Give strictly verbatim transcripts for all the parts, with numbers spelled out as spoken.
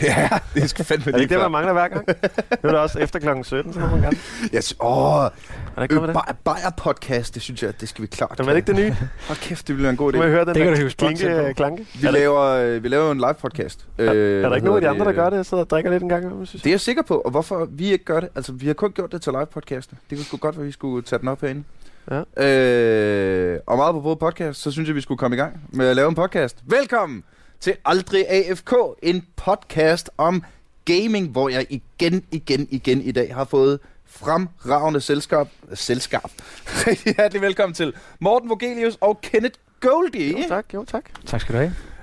Ja, det skal fandme lige. Er det det, man mangler hver gang? Nu er det også efter klokken sytten, så må man gerne. Yes. Åh, øh, Bayer-podcast, det synes jeg, det skal vi klart. Det er ikke det nye? Hold kæft, det bliver en god idé. Må jeg høre den det der klinke, klanke? Vi laver, vi laver en live-podcast. Er, øh, er der ikke nogen af de andre, der gør det? Jeg sidder og drikker lidt en gang. Det er jeg sikker på, og hvorfor vi ikke gør det? Altså, vi har kun gjort det til live-podcasten. Det kunne sgu godt være, vi skulle tage den op herinde. Ja. Øh, og meget på både podcast, så synes jeg, vi skulle komme i gang med at lave en podcast. Velkommen til Aldrig A F K, en podcast om gaming, hvor jeg igen, igen, igen i dag har fået fremragende selskab. Selskab. Rigtig hjertelig velkommen til Morten Vogelius og Kenneth Goldie. Jo tak, jo tak. Tak skal du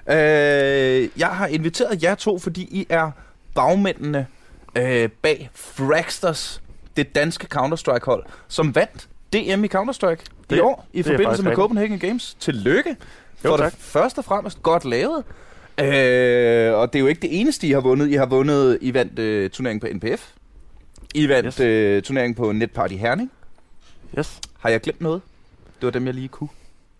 have. Øh, jeg har inviteret jer to, fordi I er bagmændene øh, bag Fraxters, det danske Counter-Strike-hold, som vandt D M i Counter-Strike det, i år i forbindelse med Copenhagen Games. Tillykke. For det først og fremmest godt lavet. Øh, og det er jo ikke det eneste, I har vundet. I har vundet, I vandt øh, turneringen på N P F. I vandt yes. øh, turneringen på Netparty Herning. Yes. Har jeg glemt noget? Det var dem, jeg lige kunne.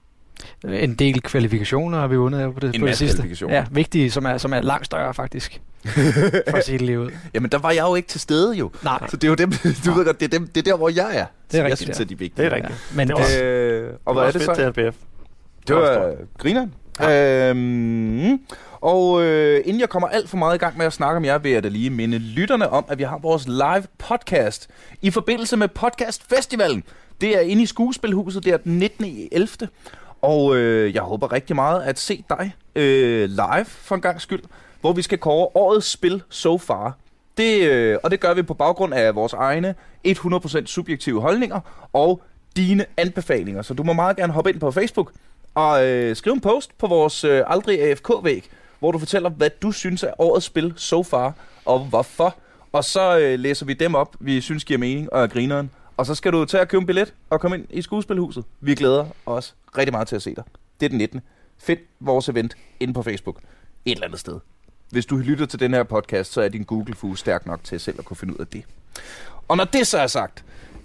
En del kvalifikationer har vi vundet på det, en på det sidste. Ja, vigtige, som er, som er langt større faktisk. For at sige det lige ud. Jamen, der var jeg jo ikke til stede jo. Nej. Så det er jo dem, du ved godt, det er, dem, det er der, hvor jeg er. Det er rigtigt, jeg synes, ja. at de er vigtige. Det er rigtigt. Ja. Men det var, øh, og hvad er det så? Til N P F. Det var grineren. Ja. Øhm, og øh, inden jeg kommer alt for meget i gang med at snakke om jer, vil jeg da lige minde lytterne om, at vi har vores live podcast i forbindelse med Podcast Festivalen. Det er inde i Skuespilhuset, det er den nittende ellevte Og øh, jeg håber rigtig meget at se dig øh, live for en gang skyld, hvor vi skal kåre årets spil so far. Det, øh, og det gør vi på baggrund af vores egne hundrede procent subjektive holdninger og dine anbefalinger. Så du må meget gerne hoppe ind på Facebook og øh, skrive en post på vores øh, Aldrig A F K-væg, hvor du fortæller, hvad du synes er årets spil so far, og hvorfor. Og så øh, læser vi dem op, vi synes giver mening og er grineren. Og så skal du tage og købe en billet og komme ind i Skuespilhuset. Vi glæder os rigtig meget til at se dig. Det er den nittende Find vores event inde på Facebook. Et eller andet sted. Hvis du lytter til den her podcast, så er din Google-fugl stærk nok til selv at kunne finde ud af det. Og når det så er sagt,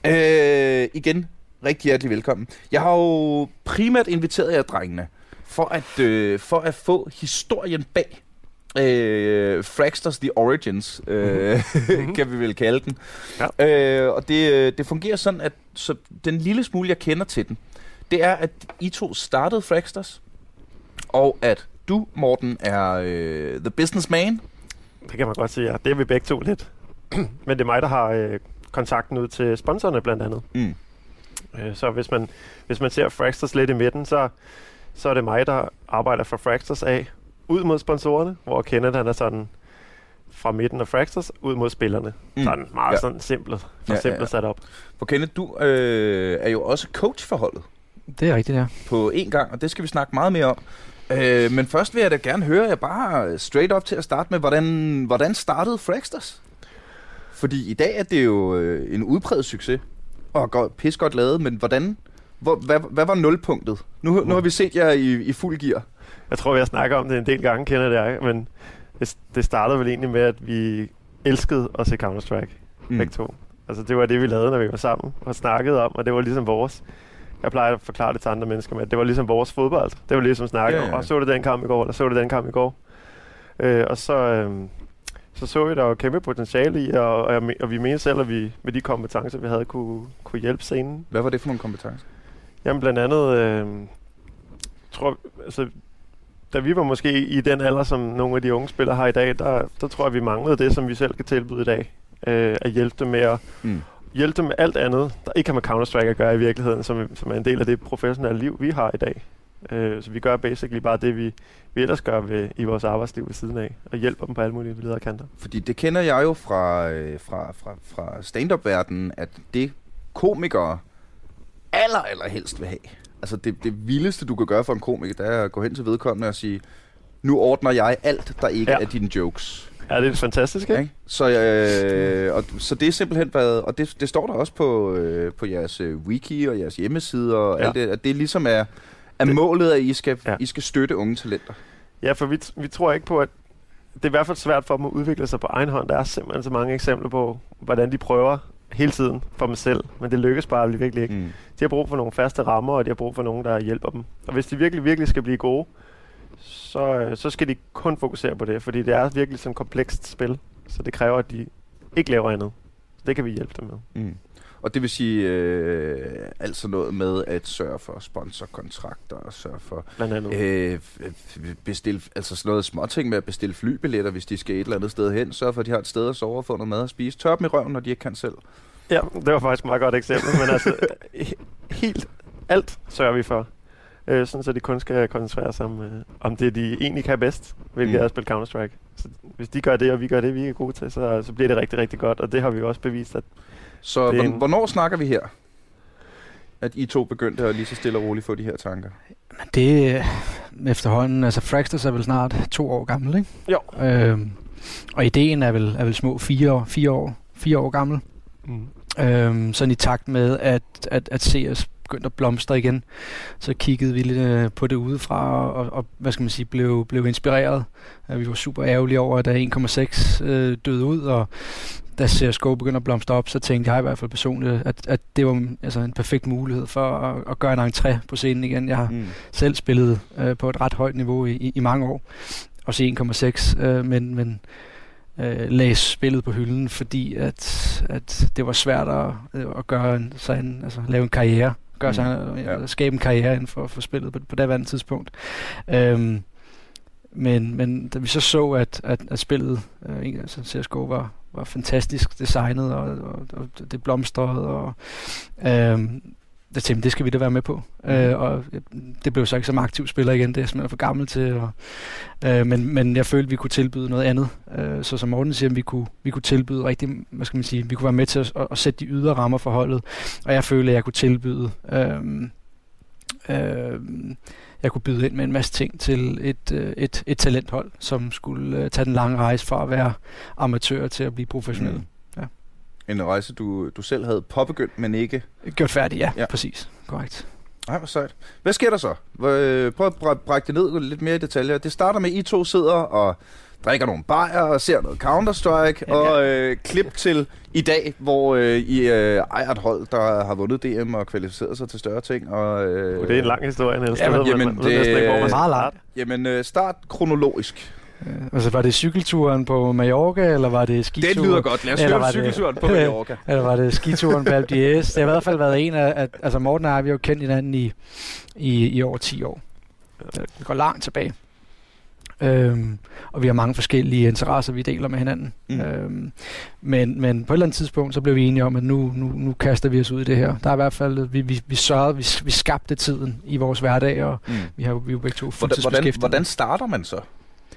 øh, igen, rigtig hjertelig velkommen. Jeg har jo primært inviteret jer, drengene, for at, øh, for at få historien bag øh, Fraxters The Origins, øh, mm-hmm. kan vi vel kalde den. Ja. Øh, og det, det fungerer sådan, at så den lille smule, jeg kender til den, det er, at I to startede Fraxters, og at du, Morten, er øh, the businessman. Det kan man godt sige, ja. Det er vi begge to lidt. Men det er mig, der har øh, kontakten ud til sponsorerne blandt andet. Mm. Øh, så hvis man, hvis man ser Fraxters lidt i midten, så, så er det mig, der arbejder for Fraxters af ud mod sponsorerne, hvor Kenneth han er sådan fra midten af Fraxters ud mod spillerne. Mm. Sådan meget ja. sådan simpelt, for ja, simpelt ja, ja. sat op. For Kenneth, du øh, er jo også coach for holdet. Det er rigtigt, ja. På en gang, og det skal vi snakke meget mere om. Øh, men først vil jeg da gerne høre jer bare straight up til at starte med, hvordan, hvordan startede Fraxters? Fordi i dag er det jo øh, en udpræget succes, og godt, pis godt lavet, men hvordan, hvor, hvad, hvad var nulpunktet? Nu, nu har vi set jer i, i fuld gear. Jeg tror, vi har snakket om det en del gange, kender det jeg, men det, det startede vel egentlig med, at vi elskede at se Counter-Strike, mm. begge to. Altså det var det, vi lavede, når vi var sammen og snakkede om, og det var ligesom vores. Jeg plejer at forklare det til andre mennesker med, at det var ligesom vores fodbold. Det var ligesom snakke ja, ja. om, og så du den kamp i går, eller så du den kamp i går. Øh, og så, øh, så så vi, der var kæmpe potentiale i, og, og, og vi mente selv, at vi med de kompetencer, vi havde, kunne, kunne hjælpe scenen. Hvad var det for nogle kompetencer? Jamen blandt andet, øh, tror altså, da vi var måske i den alder, som nogle af de unge spillere har i dag, der, der tror jeg, vi manglede det, som vi selv kan tilbyde i dag. Øh, at hjælpe dem med at mm. hjælpe dem med alt andet, der ikke har med Counter-Strike at gøre i virkeligheden, som, som er en del af det professionelle liv, vi har i dag. Uh, så vi gør basically bare det, vi, vi ellers gør ved, i vores arbejdsliv ved siden af, og hjælper dem på alle mulige ledere kanter. Fordi det kender jeg jo fra, øh, fra, fra, fra stand-up-verdenen, at det komikere aller, aller helst vil have. Altså det, det vildeste, du kan gøre for en komiker, det er at gå hen til vedkommende og sige, nu ordner jeg alt, der ikke ja. er dine jokes. Ja, det er fantastisk, ikke? Så, øh, og, så det er simpelthen været, og det, det står der også på, øh, på jeres øh, wiki og jeres hjemmeside, og ja. alt det, at det ligesom er, er det, målet, at I skal, ja. I skal støtte unge talenter. Ja, for vi, vi tror ikke på, at det er i hvert fald svært for dem at udvikle sig på egen hånd. Der er simpelthen så mange eksempler på, hvordan de prøver hele tiden for dem selv, men det lykkes bare virkelig ikke. Mm. De har brug for nogle faste rammer, og de har brug for nogen, der hjælper dem. Og hvis de virkelig, virkelig skal blive gode, så, øh, så skal de kun fokusere på det, fordi det er virkelig sådan et komplekst spil, så det kræver, at de ikke laver andet. Så det kan vi hjælpe dem med. Mm. Og det vil sige øh, altså noget med at sørge for sponsorkontrakter og sørge for øh, bestille, altså sådan noget småting med at bestille flybilletter, hvis de skal et eller andet sted hen. Sørge for, at de har et sted at sove og få noget mad at spise. Tør dem i røven, når de ikke kan selv. Ja, det var faktisk et meget godt eksempel, men altså helt alt sørger vi for. Øh, sådan så de kun skal koncentrere sig om, øh, om det, de egentlig kan bedst, hvilket mm. er at spille Counter-Strike. Så hvis de gør det, og vi gør det, vi er gode til, så, så bliver det rigtig, rigtig godt, og det har vi jo også bevist, at så en... hvornår snakker vi her, at I to begyndte at lige så stille og roligt få de her tanker? Men det efterhånden, altså Fraxters er vel snart to år gammel, ikke? Jo. Øhm, og ideen er vel, er vel små fire år, fire år, fire år gammel. Mm. Øhm, sådan i takt med, at, at, at C S begyndte at blomstre igen, så kiggede vi lidt øh, på det udefra, og, og hvad skal man sige, blev, blev inspireret. Ja, vi var super ærgerlige over, at en komma seks øh, døde ud, og da C S G O begyndte at blomstre op, så tænkte jeg i hvert fald personligt, at, at det var altså en perfekt mulighed for at, at gøre en entré på scenen igen. Jeg har mm. selv spillet øh, på et ret højt niveau i, i, i mange år, også i en komma seks, øh, men, men øh, lagde spillet på hylden, fordi at, at det var svært at, at gøre en, så en, altså, lave en karriere, gøre mm. sig, ja. skabe en karriere inden for, for spillet på, på det andet tidspunkt. Øhm, men, men da vi så så, at, at, at spillet, øh, altså C S G O var var fantastisk designet, og, og, og det blomstrede, og øh, det tænkte, det skal vi da være med på. Mm. Øh, og det blev så ikke som aktiv spiller igen, det er simpelthen for gammel til. Og, øh, men, men jeg følte, vi kunne tilbyde noget andet. Øh, så som Morten siger, vi kunne, vi kunne tilbyde rigtig, hvad skal man sige, vi kunne være med til at, at, at sætte de ydre rammer for holdet, og jeg følte, at jeg kunne tilbyde øh, øh, jeg kunne byde ind med en masse ting til et, øh, et, et talenthold, som skulle øh, tage den lange rejse fra at være amatør til at blive professionel. Mm. Ja. En rejse, du, du selv havde påbegyndt, men ikke... Gjort færdig, ja. ja. Præcis. Korrekt. Ej, hvor sejt. Hvad sker der så? Prøv at brække det ned lidt mere i detaljer. Det starter med, at I to sidder og drikker nogle bajer og ser noget Counter-Strike, ja, ja. og øh, klip til i dag, hvor øh, I øh, ejer et hold, der har vundet D M og kvalificeret sig til større ting. Og, øh, uh, det er en lang historie, Niels. Ja, men, jamen, det, det er meget langt. Jamen, øh, start kronologisk. Uh, altså, var det cykelturen på Mallorca, eller var det skituren? Det lyder godt. Lad os høre cykelturen på Mallorca. Eller var det skituren på Alpe d'Huez? Det har i hvert fald været en af... At, altså, Morten og jeg, vi har jo kendt hinanden i, i, i over ti år. Det går langt tilbage. Øhm, og vi har mange forskellige interesser, vi deler med hinanden. Mm. Øhm, men, men på et eller andet tidspunkt, så blev vi enige om, at nu, nu, nu kaster vi os ud i det her. Der er i hvert fald, vi, vi, vi sørgede, vi, vi skabte tiden i vores hverdag, og mm. vi har vi jo begge to fuldtidsbeskæftiget. Hvordan, hvordan starter man så?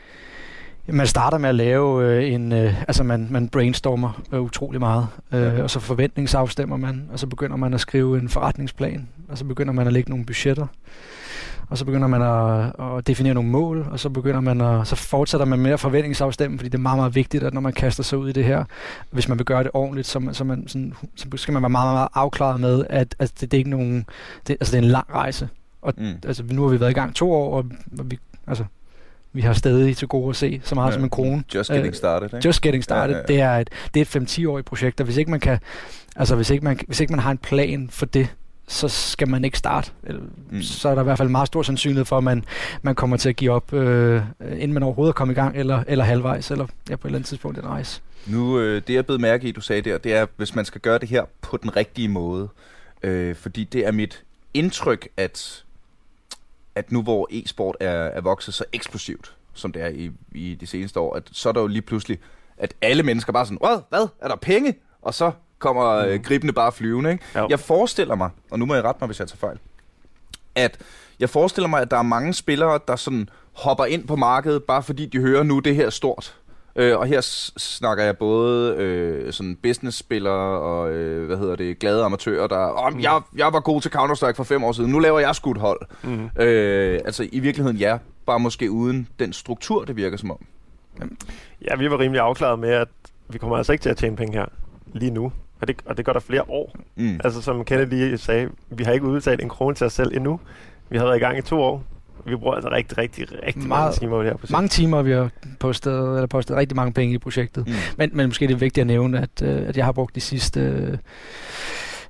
Man starter med at lave øh, en, øh, altså man, man brainstormer øh, utrolig meget, øh, ja. og så forventningsafstemmer man, og så begynder man at skrive en forretningsplan, og så begynder man at lægge nogle budgetter. Og så begynder man at, at definere nogle mål, og så begynder man at, så fortsætter man med at forventningsafstemme, fordi det er meget, meget vigtigt, at når man kaster sig ud i det her, hvis man vil gøre det ordentligt, så, så, man, sådan, så skal man være meget, meget afklaret med, at, at det, det er ikke nogen, det, altså det er en lang rejse. Og mm. altså, nu har vi været i gang to år, og vi, altså, vi har stadig til gode at se så meget ja. som en krone. Just getting started, ikke? Just getting started. Ja, ja, ja. Det er et, det er et fem-ti-årigt projekt, og hvis ikke man kan, altså hvis ikke man, hvis ikke man har en plan for det, så skal man ikke starte. Mm. Så er der i hvert fald meget stor sandsynlighed for, at man, man kommer til at give op, øh, inden man overhovedet kommer i gang, eller, eller halvvejs, eller ja, på et eller andet tidspunkt den rejse. Nu, øh, det jeg blev mærke i, du sagde der, det er, hvis man skal gøre det her på den rigtige måde. Øh, fordi det er mit indtryk, at, at nu hvor e-sport er, er vokset så eksplosivt, som det er i, i de seneste år, at så er der jo lige pludselig, at alle mennesker bare sådan, hvad, hvad, er der penge? Og så kommer mm. øh, gribende bare flyvende, ikke? Jeg forestiller mig, og nu må jeg rette mig, hvis jeg tager fejl, at jeg forestiller mig, at der er mange spillere, der sådan hopper ind på markedet, bare fordi de hører, nu det her er stort. Øh, og her s- snakker jeg både øh, sådan business-spillere og øh, hvad hedder det, glade amatører, der oh, mm. jeg, jeg var god til Counter-Strike for fem år siden, nu laver jeg sgu et hold. Mm. Øh, altså i virkeligheden ja, bare måske uden den struktur, det virker som om. Jamen. Ja, vi var rimelig afklaret med, at vi kommer altså ikke til at tjene penge her lige nu. Og det, og det går der flere år. Mm. Altså som Kennedy sagde, vi har ikke udbetalt en krone til os selv endnu. Vi har været i gang i to år. Vi bruger altså rigtig, rigtig, rigtig meget, mange timer i det her projekt. Mange timer, vi har postet, eller postet rigtig mange penge i projektet. Mm. Men, men måske det er vigtigt at nævne, at, øh, at jeg har brugt de sidste... Øh,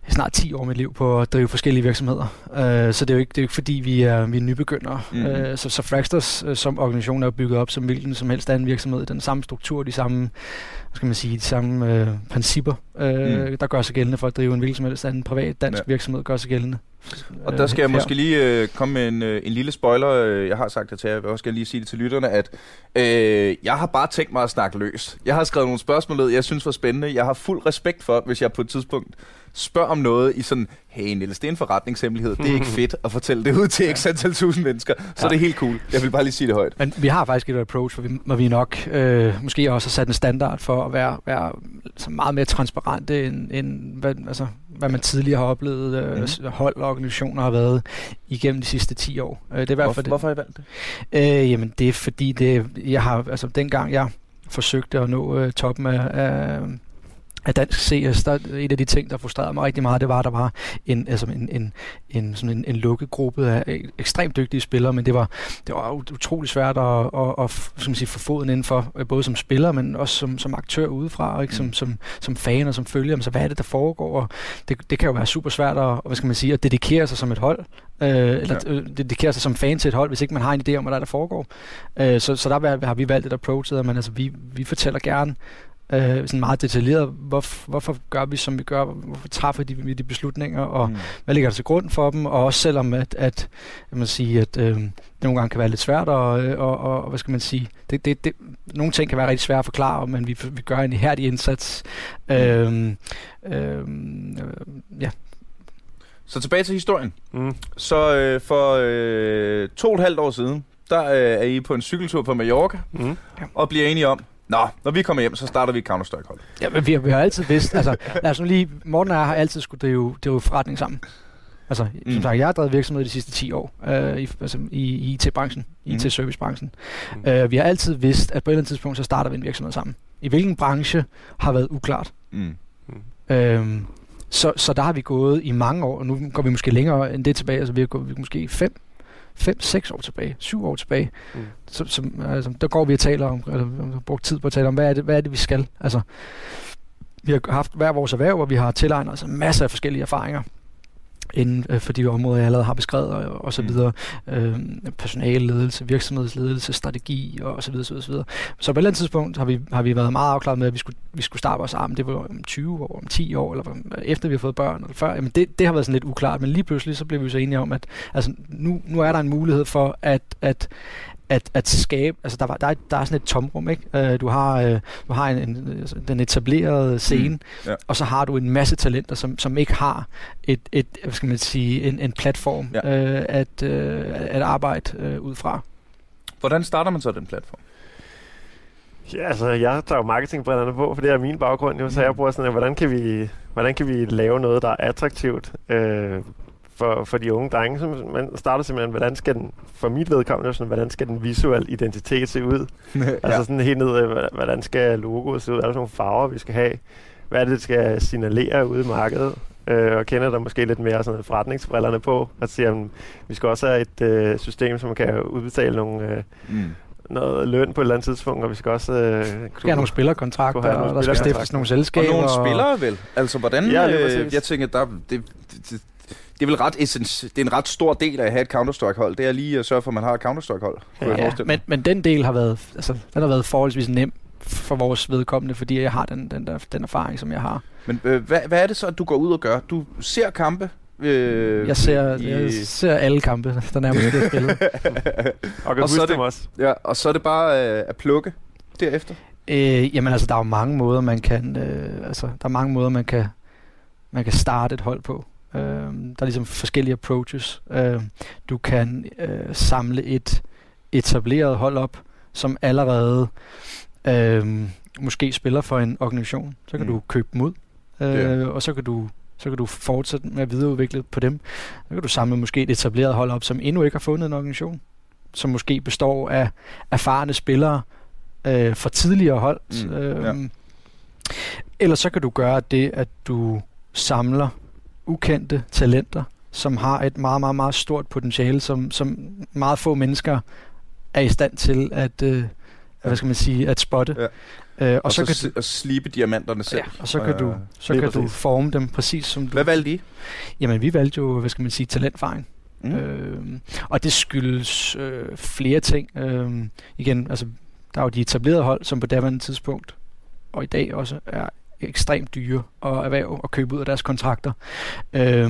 snart ti år med liv på at drive forskellige virksomheder. Uh, så det er jo ikke, det er jo ikke fordi, vi er, vi er nybegyndere. Mm-hmm. Uh, så, så Fractors uh, som organisation er bygget op som hvilken som helst anden virksomhed. Den samme struktur, de samme, hvad skal man sige, de samme uh, principper, uh, mm. der gør sig gældende for at drive en hvilken som helst anden privat dansk ja. virksomhed, gør sig gældende. Og der skal jeg måske lige øh, komme med en, øh, en lille spoiler. Jeg har sagt det til jer, jeg vil også gerne lige sige det til lytterne, at øh, jeg har bare tænkt mig at snakke løs. Jeg har skrevet nogle spørgsmål ned, jeg synes var spændende. Jeg har fuld respekt for, hvis jeg på et tidspunkt spørger om noget i sådan, hey Niels, det er en forretningshemmelighed, det er ikke fedt at fortælle det ud til x antal tusind mennesker, så ja. det er helt cool. Jeg vil bare lige sige det højt. Men vi har faktisk et approach, hvor vi, hvor vi nok øh, måske også har sat en standard for at være, være så meget mere transparente, end, end hvad, altså, hvad man tidligere har oplevet, øh, mm. hold og organisationer har været igennem de sidste ti år. Øh, det er hvorfor, det. hvorfor har I valgt det? Øh, jamen, det er fordi, det, jeg har, altså, dengang jeg forsøgte at nå øh, toppen af... af af dansk C S, der et af de ting, der frustrerede mig rigtig meget, det var, at der var en, altså en, en, en, sådan en, en lukket gruppe af ekstremt dygtige spillere, men det var, det var utrolig svært at, at, at som sige, få foden indenfor, både som spiller, men også som, som aktør udefra, ikke? Som, som, som fan og som følger, så hvad er det, der foregår? Og det, det kan jo være super svært at, hvad skal man sige, at dedikere sig som et hold, øh, eller ja. dedikere sig som fan til et hold, hvis ikke man har en idé om, hvad der, der foregår. Øh, så, så der har vi valgt et approach, at man, altså, vi, vi fortæller gerne, Uh, sådan meget detaljeret, hvorfor, hvorfor gør vi, som vi gør, hvorfor træffer de, de beslutninger, og mm. hvad ligger der til grund for dem, og også selvom, at, at, jeg må sige, at øh, det nogle gange kan være lidt svært, og, og, og hvad skal man sige, det, det, det, nogle ting kan være rigtig svære at forklare, men vi, vi gør en ihærdig indsats. Mm. Øh, øh, ja. Så tilbage til historien. Mm. Så øh, for øh, to og et halvt år siden, der øh, er I på en cykeltur på Mallorca, mm. og bliver enige om, nå, når vi kommer hjem, så starter vi Counter-Strike-hold. Ja, men vi har, vi har altid vidst, altså, altså lige, Morten og jeg har altid skulle drive, drive forretning sammen. Altså, mm. som sagt, jeg har drevet virksomhed de sidste ti år, øh, i, altså, i, i I T-branchen, mm. I T-service-branchen. Mm. Øh, vi har altid vidst, at på et eller andet tidspunkt, så starter vi en virksomhed sammen. I hvilken branche har været uklart. Mm. Mm. Øhm, så, så der har vi gået i mange år, og nu går vi måske længere end det tilbage, altså vi har gået måske fem, fem, seks år tilbage, syv år tilbage. Mm. Så, så, altså, der går vi og taler om, eller har brugt tid på at tale om, hvad er det, hvad er det vi skal? Altså, vi har haft hver vores erhverv, og vi har tilegnet os masser af forskellige erfaringer inden øh, for de områder, jeg allerede har beskrevet, og, og så videre. Øh, personaleledelse, virksomhedsledelse, strategi, og, og så videre, så videre, så videre. Så på et eller andet tidspunkt har vi, har vi været meget afklaret med, at vi skulle, vi skulle starte os sammen. Det var om tyve år, om ti år, eller efter vi har fået børn, eller før. Jamen det, det har været sådan lidt uklart, men lige pludselig så blev vi så enige om, at altså, nu, nu er der en mulighed for, at, at At, at skabe, altså der, var, der, er, der er sådan et tomrum, ikke? Uh, du har, uh, du har en, en, den etablerede scene, mm. ja. og så har du en masse talenter, som, som ikke har et, et, hvad skal man sige, en, en platform ja. uh, at, uh, at arbejde uh, ud fra. Hvordan starter man så den platform? Ja, altså jeg tager jo marketingbrillerne på, for det er min baggrund, jo, så jeg bruger sådan, at hvordan kan vi, hvordan kan vi lave noget, der er attraktivt øh, for, for de unge drenge. Så man starter simpelthen, hvordan skal den, for mit vedkommende, sådan, hvordan skal den visuelle identitet se ud? ja. Altså sådan helt ned, hvordan skal logoet se ud? Er der sådan nogle farver, vi skal have? Hvad er det, det skal signalere ude i markedet? Øh, og kender der måske lidt mere sådan forretningsbrillerne på, og siger, at vi skal også have et øh, system, som kan udbetale nogle... Øh, mm. noget løn på et eller andet tidspunkt, og vi skal også... Øh, skal have nogle spillerkontrakter, og der skal stiftes nogle selskaber. Og nogle og spillere vel? Altså, hvordan... Ja, øh, jeg tænker, der, det, det, det, det er vel ret essens, det er en ret stor del af at have et Counter-Strike-hold. Det er lige at sørge for, at man har et Counter-Strike-hold. Ja, ja. Men, men den del har været, altså, den har været forholdsvis nem for vores vedkommende, fordi jeg har den, den, der, den erfaring, som jeg har. Men øh, hvad, hvad er det så, at du går ud og gør? Du ser kampe? Øh, jeg, ser, i, jeg ser alle kampe, der nærmest bliver spillet. og kan og så dem også. Ja, og så er det bare øh, at plukke derefter? Øh, jamen altså, der er jo mange måder, man kan, øh, altså, der er mange måder, man kan, man kan starte et hold på. Øh, der er ligesom forskellige approaches. Øh, du kan øh, samle et etableret hold op, som allerede øh, måske spiller for en organisation. Så kan mm. du købe dem ud, øh, yeah. og så kan du så kan du fortsætte med at videreudvikle på dem. Så kan du samle måske et etableret hold op, som endnu ikke har fundet en organisation, som måske består af erfarne spillere øh, fra tidligere hold. Mm, øh, ja. Eller så kan du gøre det, at du samler ukendte talenter, som har et meget, meget, meget stort potentiale, som, som meget få mennesker er i stand til at, øh, hvad skal man sige, at spotte. Øh, og, og så, så kan du slibe diamanterne selv. Ja, og så kan, øh, du, så kan du forme dem præcis som du... Hvad valgte I? Jamen, vi valgte jo, hvad skal man sige, talentfaring. Mm. Øh, og det skyldes øh, flere ting. Øh, igen, altså, der er jo de etablerede hold, som på daværende tidspunkt, og i dag også, er ekstremt dyre at erhverve og købe ud af deres kontrakter. Øh,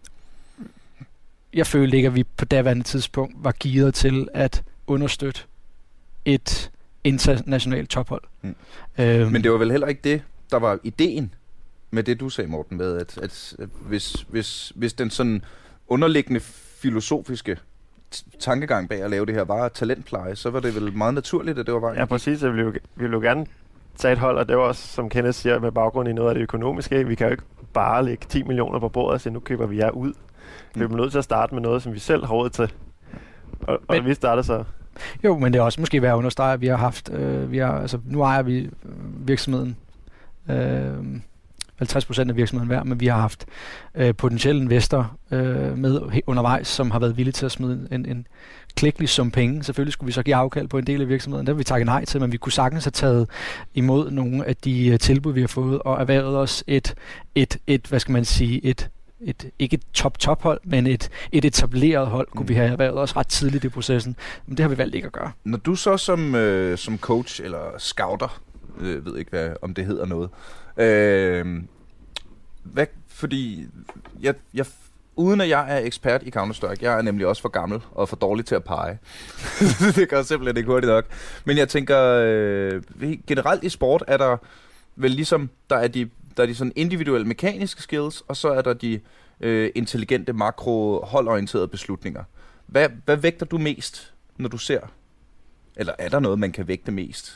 jeg følte ikke, at vi på daværende tidspunkt var gearet til at understøtte et internationalt tophold. Mm. Øhm. Men det var vel heller ikke det, der var ideen med det, du sagde, Morten, med at, at, at hvis, hvis, hvis den sådan underliggende filosofiske tankegang bag at lave det her var talentpleje, så var det vel meget naturligt, at det var vejen. Ja, præcis. Vi ville jo, vi ville jo gerne tage et hold, og det var også, som Kenneth siger, med baggrund i noget af det økonomiske. Vi kan jo ikke bare lægge ti millioner på bordet og sige, nu køber vi jer ud. Mm. Vi er nødt til at starte med noget, som vi selv har råd til. Og, og men, vi startede så... Jo, men det er også måske værd at understrege, at vi har haft... Øh, vi har, altså, nu ejer vi virksomheden... Øh, halvtreds procent af virksomheden hver, men vi har haft øh, potentielle investorer øh, med undervejs, som har været villige til at smide en, en klækkelig sum penge. Selvfølgelig skulle vi så give afkald på en del af virksomheden. Det har vi takket nej til, men vi kunne sagtens have taget imod nogle af de uh, tilbud, vi har fået, og erhvervet os et, et, et hvad skal man sige, et, et ikke et top-top-hold, men et, et etableret hold, kunne mm. vi have erhvervet os ret tidligt i processen. Men det har vi valgt ikke at gøre. Når du så som, øh, som coach eller scouter, øh, ved ikke, hvad, om det hedder noget, Øh, hvad, fordi jeg, jeg, uden at jeg er ekspert i Counter-Strike, jeg er nemlig også for gammel og for dårlig til at pege. Det gør simpelthen ikke hurtigt nok. Men jeg tænker, øh, generelt i sport er der vel ligesom, der er de, der er de sådan individuelle mekaniske skills, og så er der de øh, intelligente makro-holdorienterede beslutninger. Hvad, hvad vægter du mest, når du ser? Eller er der noget, man kan vægte mest?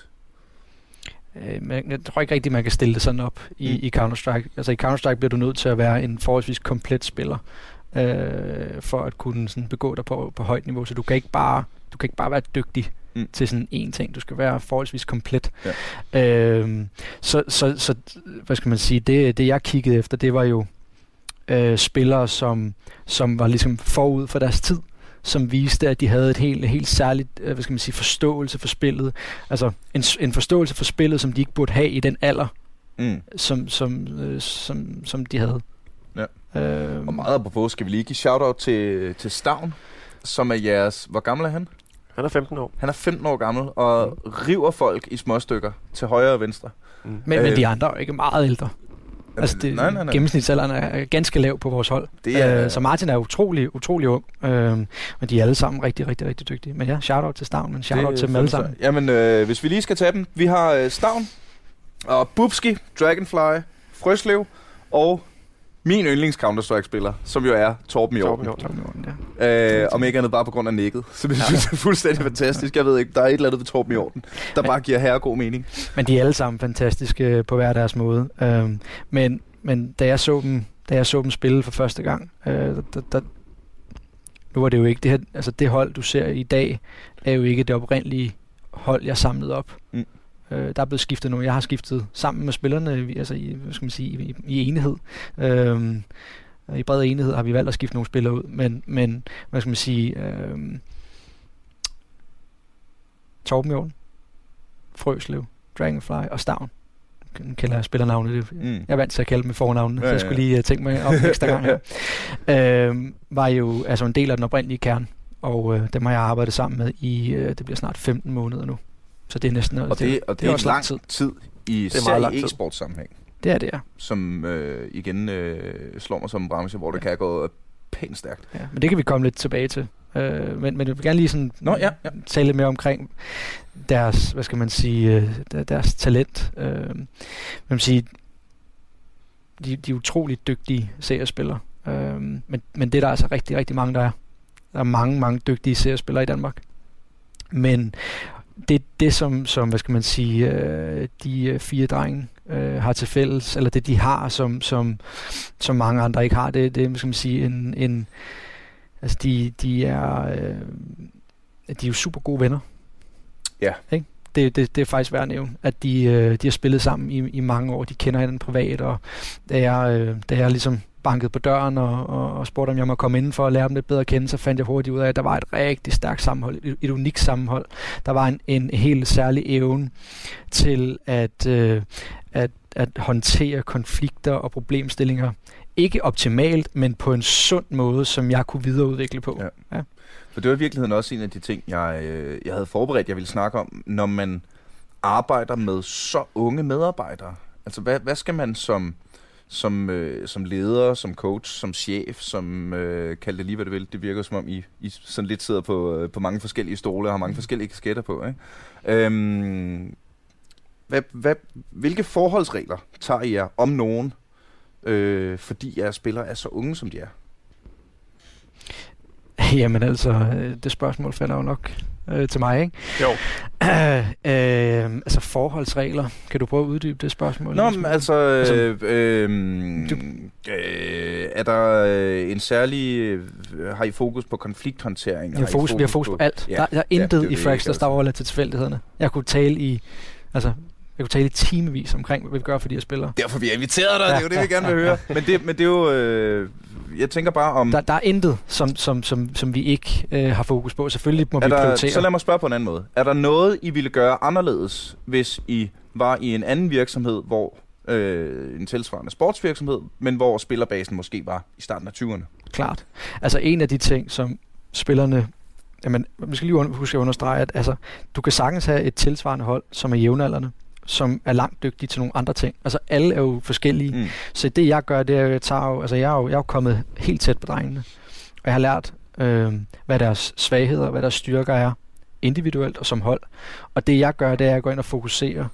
Jeg tror ikke rigtigt, man kan stille det sådan op i, mm. i Counter-Strike. Altså i Counter-Strike bliver du nødt til at være en forholdsvis komplet spiller, øh, for at kunne sådan begå dig på, på højt niveau. Så du kan ikke bare, du kan ikke bare være dygtig mm. til sådan en ting. Du skal være forholdsvis komplet. Ja. Øh, så, så, så, hvad skal man sige, det, det jeg kiggede efter, det var jo øh, spillere, som, som var ligesom forud for deres tid, som viste, at de havde et helt, helt særligt, hvad skal man sige, forståelse for spillet. Altså en, en forståelse for spillet, som de ikke burde have i den alder, mm. som, som, øh, som, som de havde. Ja. Øhm. Og meget apropos, skal vi lige give shout-out til, til Stavn, som er jeres... Hvor gammel er han? Han er femten år. Han er femten år gammel, og mm. river folk i små stykker til højre og venstre. Mm. Men, øh. men de andre er ikke meget ældre. Altså det, nej, nej, nej. Gennemsnitsalderen er ganske lav på vores hold. Det er, øh, så Martin er utrolig, utrolig ung. Øh, men de er alle sammen rigtig, rigtig, rigtig dygtige. Men ja, shout-out til Stavn, men shout-out til dem alle sammen. Jamen, øh, hvis vi lige skal tage dem. Vi har øh, Stavn, og Bubski, Dragonfly, Frøslev, og min yndlings Counter-Strike-spiller, som jo er Torben Hjorten. Ja. Øh, om ikke andet bare på grund af nikket. Så det synes jeg er fuldstændig fantastisk. Jeg ved ikke, der er et eller andet ved Torben Hjorten, der men, bare giver herre god mening. Men de er alle sammen fantastiske på hver deres måde. Øhm, men, men da jeg så dem, da jeg så dem spille for første gang, øh, der, der, nu var det jo ikke det her, altså det hold du ser i dag er jo ikke det oprindelige hold jeg samlede op. Mm. Øh, der er blevet skiftet nogle. Jeg har skiftet sammen med spillerne, altså i, hvad skal man sige, i, i enighed. Øhm, I bred enighed har vi valgt at skifte nogle spillere ud, men, men hvad skal man sige, øhm, Torben Hjorten, Frøslev, Dragonfly og Stavn. Nu kalder jeg spillernavnet. Mm. Jeg er vant til at kalde dem med fornavnene, ja, så jeg skulle lige uh, tænke mig op ekstra gang her. øhm, var jo altså en del af den oprindelige kerne, og øh, dem har jeg arbejdet sammen med i, øh, det bliver snart femten måneder nu. Så det er næsten... Og det, det, og det, det er også lang tid, tid i særlig e-sports sammenhæng. Det er det, ja. Som øh, igen øh, slår mig som en branche, hvor det ja. kan gå pænt stærkt. Ja, men det kan vi komme lidt tilbage til. Uh, men, men jeg vil gerne lige sådan Nå, ja, ja. tale lidt mere omkring deres, hvad skal man sige, uh, deres talent. Uh, man vil sige, de, de er utroligt dygtige seriespillere. Uh, men, men det er der altså rigtig, rigtig mange, der er. Der er mange, mange dygtige seriespillere i Danmark. Men det det som, som hvad skal man sige, øh, de fire drenge øh, har til fælles, eller det de har, som, som, som mange andre ikke har, det, det skal man sige, en, en altså de, de er øh, de er jo super gode venner. Ja. Ikke? Det, det, det er faktisk værd at nævne, at de, øh, de har spillet sammen i, i mange år, de kender hinanden privat, og da jeg, øh, da jeg ligesom bankede på døren og, og, og spurgte, om jeg måtte komme inden for at lære dem lidt bedre at kende, så fandt jeg hurtigt ud af, at der var et rigtig stærkt sammenhold, et, et unikt sammenhold. Der var en, en helt særlig evne til at, øh, at, at håndtere konflikter og problemstillinger. Ikke optimalt, men på en sund måde, som jeg kunne videreudvikle på. Ja. Ja. For det var i virkeligheden også en af de ting, jeg, øh, jeg havde forberedt, jeg ville snakke om, når man arbejder med så unge medarbejdere. Altså, hvad, hvad skal man som, som, øh, som leder, som coach, som chef, som øh, kald det lige, hvad det vil. Det virker som om, I, I sådan lidt sidder på, øh, på mange forskellige stole og har mange forskellige kasketter på. Ikke? Øhm, hvad, hvad, hvilke forholdsregler tager I jer om nogen, øh, fordi jeres spillere er så unge, som de er? Jamen altså, det spørgsmål falder jo nok øh, til mig, ikke? Jo. Øh, øh, altså forholdsregler. Kan du prøve at uddybe det spørgsmål? Nå, men altså, altså øh, øh, øh, er der øh, en særlig... Øh, har I fokus på konflikthåndtering? Vi har fokus, har I fokus, vi har fokus på, på alt. Ja, der, der er intet ja, i Fraxters, der overladt til tilfældighederne. Jeg kunne tale i... Altså, jeg kunne tale i timevis omkring, hvad vi gør for de her spillere. Derfor vi har inviteret dig, ja. Det er jo det, vi gerne vil høre. Men det, men det er jo... Øh, jeg tænker bare om... Der, der er intet, som, som, som, som vi ikke øh, har fokus på. Selvfølgelig må er vi der, prioritere. Så lad mig spørge på en anden måde. Er der noget, I ville gøre anderledes, hvis I var i en anden virksomhed, hvor øh, en tilsvarende sportsvirksomhed, men hvor spillerbasen måske var i starten af tyverne? Klart. Altså en af de ting, som spillerne... Jamen, vi skal lige huske at understrege, at altså, du kan sagtens have et tilsvarende hold, som er jævnaldrende, som er langt dygtige til nogle andre ting. Altså alle er jo forskellige. Mm. Så det jeg gør, det er, jeg tager jo, altså jeg er jo, jeg er jo kommet helt tæt på drengene. Og jeg har lært, øh, hvad deres svagheder, hvad deres styrker er, individuelt og som hold. Og det jeg gør, det er, at jeg går ind og fokuserer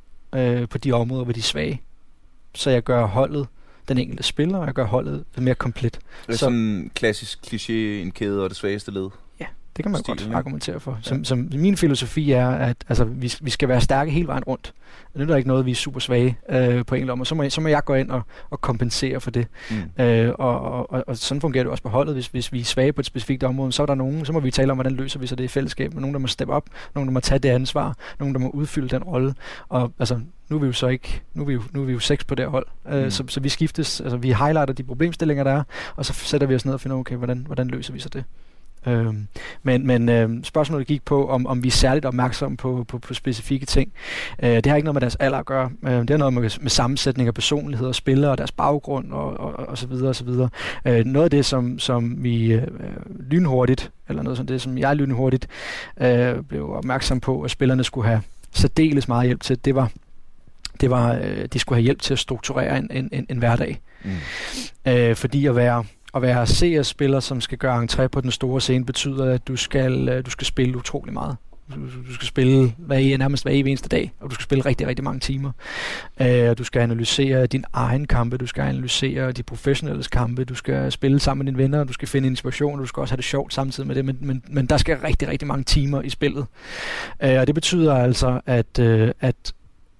øh, på de områder, hvor de er svage. Så jeg gør holdet, den enkelte spiller, og jeg gør holdet mere komplet. Det er sådan en klassisk kliché, en kæde og det svageste led. Ja. Det kan man Stil, godt argumentere for. Som, ja. som min filosofi er, at altså, vi, vi skal være stærke hele vejen rundt. Det er der ikke noget, vi er super svage øh, på en eller anden, og så må, så må jeg gå ind og, og kompensere for det. Mm. Øh, og, og, og sådan fungerer det også på holdet. Hvis, hvis vi er svage på et specifikt område, så er der nogen, så må vi tale om, hvordan løser vi så det i fællesskab. Nogen, der må steppe op, nogen, der må tage det ansvar, nogen, der må udfylde den rolle. Og altså, nu er vi jo så ikke, nu er vi jo, nu er vi jo seks på det hold. Mm. Øh, så, så vi skiftes, altså vi highlighter de problemstillinger, der er, og så sætter vi os ned og finder, okay, hvordan, hvordan løser vi så det? Øhm, men men øhm, spørgsmålet gik på, om, om vi er særligt opmærksomme på, på, på specifikke ting. Øh, det har ikke noget med deres alder at gøre. Øh, det har noget med, med sammensætning af personligheder, spillere og deres baggrund og, og, og så videre og så videre. Øh, noget af det, som, som vi øh, lynhurtigt, eller noget som det, som jeg lynhurtigt øh, blev opmærksom på, at spillerne skulle have særdeles meget hjælp til, det var, det var øh, de skulle have hjælp til at strukturere en, en, en, en hverdag. Mm. Øh, fordi at være At være C S-spiller, som skal gøre entré på den store scene, betyder, at du skal, du skal spille utrolig meget. Du, du skal spille hver, nærmest hver evig eneste dag, og du skal spille rigtig, rigtig mange timer. Uh, du skal analysere din egen kampe, du skal analysere de professionelles kampe, du skal spille sammen med dine venner, du skal finde inspiration, og du skal også have det sjovt samtidig med det, men, men, men der skal rigtig, rigtig mange timer i spillet. Uh, og det betyder altså, at, uh, at,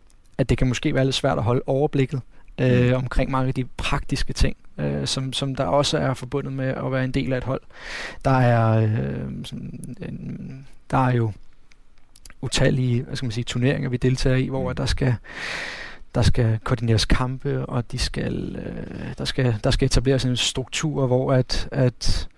at det kan måske være lidt svært at holde overblikket øh, omkring mange af de praktiske ting, øh, som, som der også er forbundet med at være en del af et hold. Der er, øh, sådan, en, der er jo utallige, hvad skal man sige, turneringer, vi deltager i, hvor der skal der skal koordineres kampe, og de skal, øh, der skal der skal etableres en struktur, hvor at at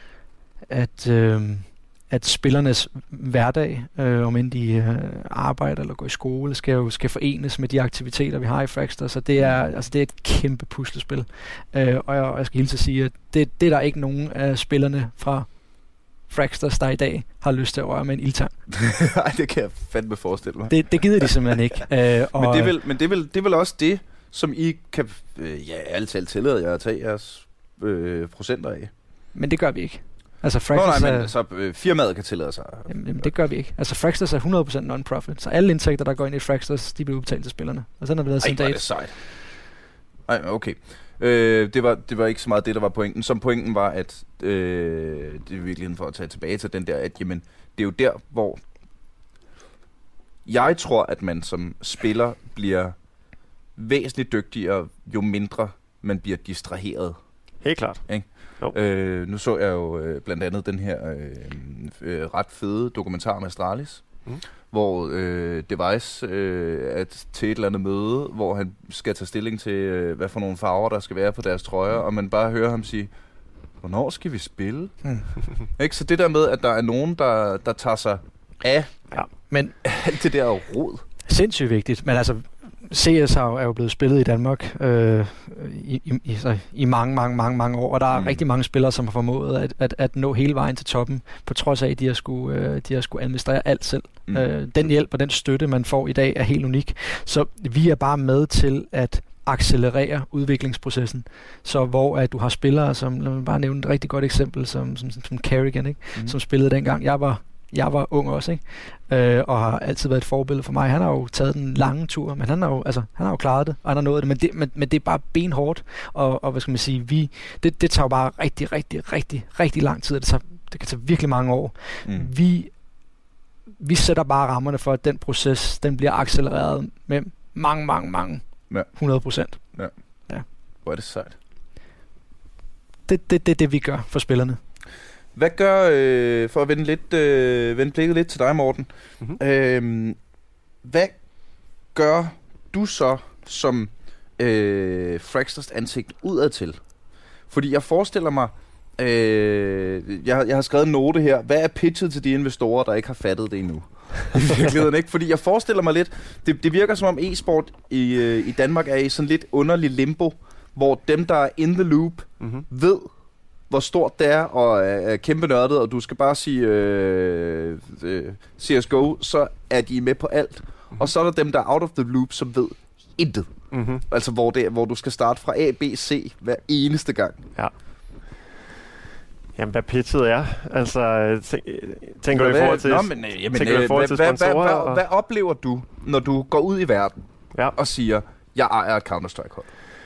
at øh, at spillernes hverdag, øh, om end de øh, arbejder eller går i skole, skal jo skal forenes med de aktiviteter, vi har i Fraxters, så det er, altså det er et kæmpe puslespil. Øh, og, jeg, og jeg skal hilse at sige, at det, det er der ikke nogen af spillerne fra Fraxters, der i dag har lyst til at røre med en ildtang. Nej, det kan jeg fandme forestille mig. Det, det gider de simpelthen ikke. Øh, og men det er vel, men det er vel, det er vel også det, som I kan, øh, ja, alt talt tillade jer at tage jeres øh, procenter af. Men det gør vi ikke. Altså Fraxters Nå, nej, men så øh, firmaet kan tillade sig. Jamen, jamen, det gør vi ikke. Altså Fraxters er hundrede procent non-profit, så alle indtægter, der går ind i Fraxters, de bliver udbetalt til spillerne. Og sådan har det været siden dag. Ej, hvor er det sejt. Ej, okay. Øh, det, var, det var ikke så meget det, der var pointen. Som pointen var, at øh, det er virkelig for at tage tilbage til den der, at jamen, det er jo der, hvor jeg tror, at man som spiller bliver væsentligt dygtigere, jo mindre man bliver distraheret. Helt klart. Ikke? Øh, nu så jeg jo øh, blandt andet den her øh, øh, ret fede dokumentar med Astralis, mm. hvor øh, Device øh, er til et eller andet møde, hvor han skal tage stilling til, øh, hvad for nogle farver, der skal være på deres trøjer, og man bare hører ham sige, hvornår skal vi spille? Mm. Ikke? Så det der med, at der er nogen, der, der tager sig af ja. men alt det der rod. Sindssygt vigtigt, men altså C S er jo blevet spillet i Danmark øh, i, i, i, i mange, mange, mange, mange år, og der er mm. rigtig mange spillere, som har formået at, at, at nå hele vejen til toppen, på trods af, at de har skulle, øh, de har skulle administrere alt selv. Mm. Øh, den hjælp og den støtte, man får i dag, er helt unik. Så vi er bare med til at accelerere udviklingsprocessen. Så hvor at du har spillere, som, lad mig bare nævne et rigtig godt eksempel, som, som, som Carrigan, ikke? Mm. Som spillede dengang. Jeg var Jeg var ung også, ikke? Øh, og har altid været et forbillede for mig. Han har jo taget den lange tur, men han har jo, altså, han har jo klaret det, og han har nået det. Men det, men, men det er bare benhårdt, og, og hvad skal man sige, vi, det, det tager jo bare rigtig, rigtig, rigtig, rigtig lang tid. Det, tager, det kan tage virkelig mange år. Mm. Vi, vi sætter bare rammerne for, at den proces, den bliver accelereret med mange, mange, mange, ja. hundrede procent. Ja. Ja. Hvor er det sejt. Det er det, det, det, vi gør for spillerne. Hvad gør, øh, for at vende, lidt, øh, vende blikket lidt til dig, Morten, mm-hmm. øh, hvad gør du så som øh, Fraxters ansigt udadtil? Fordi jeg forestiller mig, øh, jeg, jeg har skrevet en note her, hvad er pitchet til de investorer, der ikke har fattet det endnu? I virkeligheden ikke, fordi jeg forestiller mig lidt, det, det virker som om e-sport i, øh, i Danmark er i sådan lidt underlig limbo, hvor dem, der er in the loop, mm-hmm. ved, hvor stort det er, og er kæmpe nørdet, og du skal bare sige øh, øh, C S G O, så er de med på alt. Mm-hmm. Og så er der dem, der er out of the loop, som ved intet. Mm-hmm. Altså, hvor, det, hvor du skal starte fra A, B, C hver eneste gang. Ja. Jamen, hvad pitchet er? Altså, tæ- tænker du i forhold til, Nå, men, jamen, tænker du i forhold til sponsorer? Hvad, hvad, hvad, hvad oplever du, når du går ud i verden ja. og siger, jeg ejer et Counter-Strike-hold?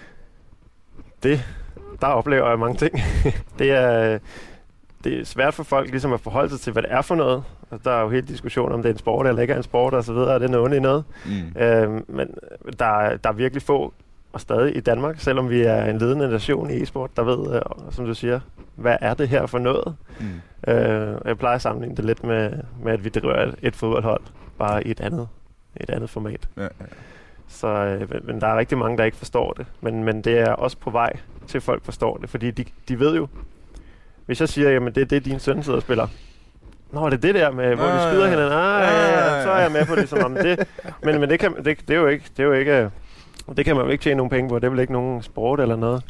Det... Der oplever jeg mange ting. det, er, det er svært for folk ligesom at forholde sig til, hvad det er for noget. Altså, der er jo hele diskussion om det er en sport eller ikke er en sport og så videre, og det er noget i noget. Mm. Øhm, men der, der er virkelig få, og stadig i Danmark, selvom vi er en ledende nation i e-sport, der ved, øh, som du siger, hvad er det her for noget? Mm. Øh, jeg plejer at sammenligne det lidt med, med at vi driver et fodboldhold, bare i et andet, et andet format. Ja, ja. Så, øh, men, men der er rigtig mange, der ikke forstår det. Men, men det er også på vej til folk forstår det, fordi de, de ved jo, hvis jeg siger, jamen det er det, din søn sidder og spiller. Nå, det er det der med, hvor de skyder hinanden. Ah, ja, ja, så er jeg med på det, som om det. Men, men det, kan, det, det er jo ikke, det er jo ikke, det kan man jo ikke tjene nogen penge på. Det er vel ikke nogen sport eller noget.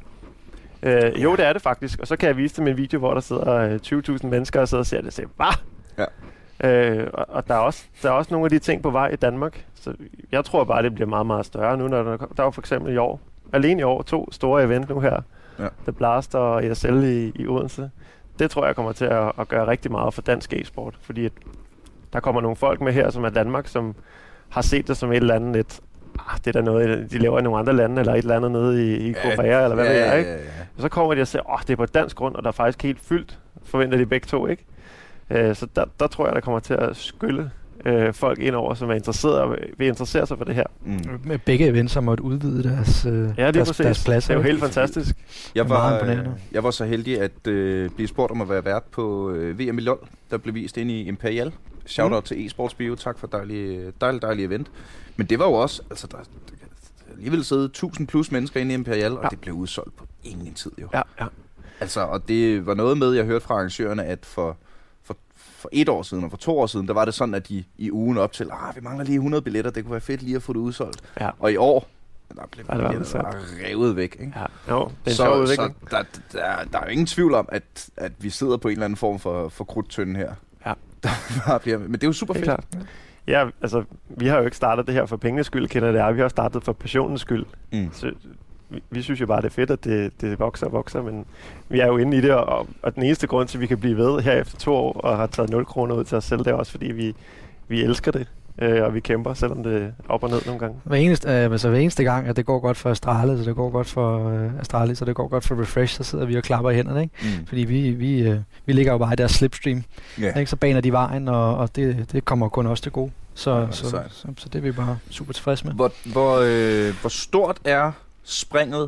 Øh, jo, det er det faktisk. Og så kan jeg vise dem en video, hvor der sidder tyve tusind mennesker og sidder og ser det og siger, hvad? Ja. Øh, og og der, er også, der er også nogle af de ting på vej i Danmark. Så jeg tror bare, det bliver meget, meget større nu. Når der, der var for eksempel i år, alene i år, to store event nu her. Ja. The Blast og E S L i, i Odense. Det tror jeg kommer til at, at gøre rigtig meget for dansk e-sport. Fordi at der kommer nogle folk med her, som er Danmark, som har set det som et eller andet lidt, ah, det er der noget, de laver i nogle andre lande, eller et eller andet nede i, i Korea, ja, eller hvad ja, ved jeg, ikke? Ja, ja, ja. Og så kommer de og siger, åh, oh, det er på dansk grund, og der er faktisk helt fyldt, forventer de begge to, ikke? Uh, så der, der tror jeg, der kommer til at skylle uh, folk ind over, som er interesseret og vil interessere sig for det her. Mm. Med begge events har måttet udvide deres, uh, ja, deres, deres pladser. Det er jo helt fantastisk. Jeg var, jeg var så heldig at uh, blive spurgt om at være vært på uh, V M i LoL, der blev vist ind i Imperial. Shoutout mm. til eSports Bio, tak for dejlig, dejlig, dejlig event. Men det var jo også, altså der, der alligevel sidde tusind plus mennesker inde i Imperial, og ja. det blev udsolgt på ingen tid jo. Ja, ja. Altså, og det var noget med, jeg hørte fra arrangørerne, at for, for, for et år siden og for to år siden, der var det sådan, at de i ugen op til, ah, vi mangler lige hundrede billetter, det kunne være fedt lige at få det udsolgt. Ja. Og i år, der blev ja, det bare revet væk, ikke? Ja. Jo, det er så, så der, der, der er jo ingen tvivl om, at, at vi sidder på en eller anden form for, for krudtønden her. Ja. Der bliver, men det er jo super fedt. Ja, altså, vi har jo ikke startet det her for pengenes skyld, kender det er. Vi har startet for passionens skyld. Mm. Så vi, vi synes jo bare, det er fedt, at det, det vokser og vokser, men vi er jo inde i det, og, og den eneste grund til, at vi kan blive ved her efter to år, og har taget nul kroner ud til os selv, det er også, fordi vi, vi elsker det. Øh, og vi kæmper, selvom det er op og ned nogle gange. Hver eneste, øh, altså hver eneste gang, at det går godt for Astralis, så det går godt for øh, Astralis, så det går godt for Refresh, så sidder vi og klapper i hænderne, ikke? Mm. Fordi vi, vi, øh, vi ligger jo bare i deres slipstream, yeah. ikke? Så baner de vejen, og, og det, det kommer kun også til gode. Så, ja, så, så, så, så det er vi bare super tilfredse med. Hvor, hvor, øh, hvor stort er springet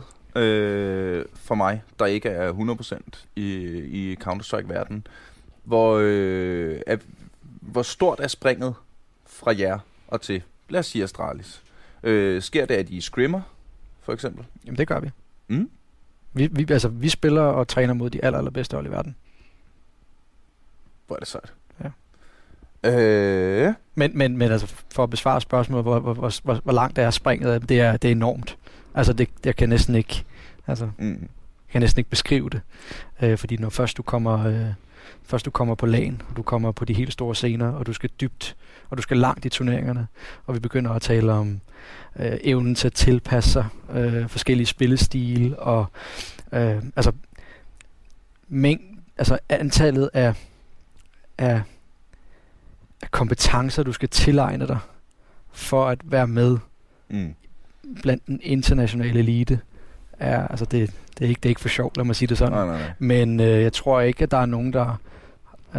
øh, for mig, der ikke er hundrede procent i, i Counter-Strike-verdenen? Hvor, øh, er, hvor stort er springet fra jer og til, lad os sige Astralis? Øh, sker det, at I scrimmer, for eksempel? Jamen, det gør vi. Mm. Vi, vi, altså, vi spiller og træner mod de aller, allerbedste hold i verden. Hvor er det sejt. Ja. Øh. Men, men, men altså, for at besvare spørgsmålet, hvor, hvor, hvor, hvor, hvor langt er springet, det er, det er enormt. Altså, det, jeg kan næsten ikke, altså, Mm. jeg kan næsten ikke beskrive det. Øh, fordi når først du kommer, øh, først du kommer på LAN, og du kommer på de helt store scener, og du skal dybt, og du skal langt i turneringerne, og vi begynder at tale om øh, evnen til at tilpasse sig øh, forskellige spillestil, og øh, altså, mæng, altså antallet af, af, af kompetencer, du skal tilegne dig, for at være med Mm. blandt den internationale elite, er, altså det, det, er ikke, det er ikke for sjovt, lad mig sige det sådan. Nej, nej, nej. Men øh, jeg tror ikke, at der er nogen, der... Øh,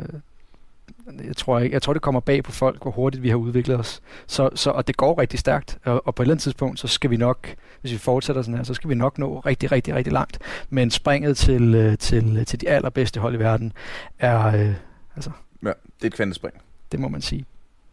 jeg, tror ikke, jeg tror, det kommer bag på folk, hvor hurtigt vi har udviklet os. Så, så, og det går rigtig stærkt. Og, og på et eller andet tidspunkt, så skal vi nok, hvis vi fortsætter sådan her, så skal vi nok nå rigtig, rigtig, rigtig langt. Men springet til, øh, til, til de allerbedste hold i verden er... Øh, altså, Ja, det er et kvantespring. det må man sige.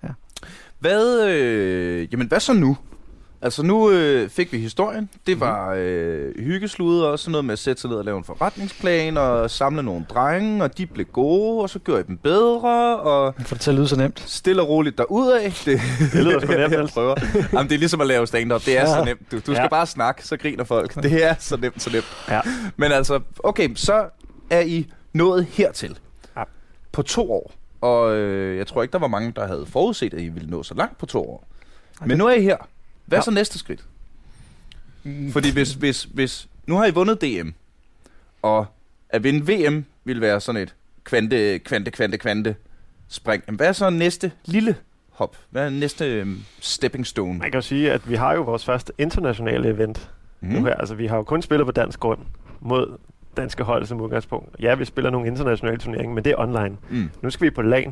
Hvad, øh, jamen, hvad så nu? Altså nu øh, fik vi historien. Det var øh, hyggesluder og sådan noget med at sætte sig ned og lave en forretningsplan og samle nogle drenge, og de blev gode, og så gjorde jeg dem bedre, og For det til at lyde så nemt. stille og roligt derudad. Det, Det lyder sgu nemt, jeg Niels. prøver. Jamen, det er ligesom at lave stand-up. Det er Ja. så nemt. Du, du skal Ja. bare snakke, så griner folk. Det er så nemt, så nemt. Ja. Men altså, okay, så er I nået hertil Ja. på to år. Og øh, jeg tror ikke, der var mange, der havde forudset, at I ville nå så langt på to år. Men nu er I her. Hvad er Ja. så næste skridt? Fordi hvis, hvis, hvis... Nu har I vundet D M, og at vinde V M vil være sådan et kvante, kvante, kvante, kvante spring. Jamen, hvad er så næste lille hop? Hvad er næste um, stepping stone? Man kan jo sige, at vi har jo vores første internationale event mm. nu her. Altså, vi har jo kun spillet på dansk grund mod danske hold som udgangspunkt. Ja, vi spiller nogle internationale turneringer, men det er online. Mm. Nu skal vi på LAN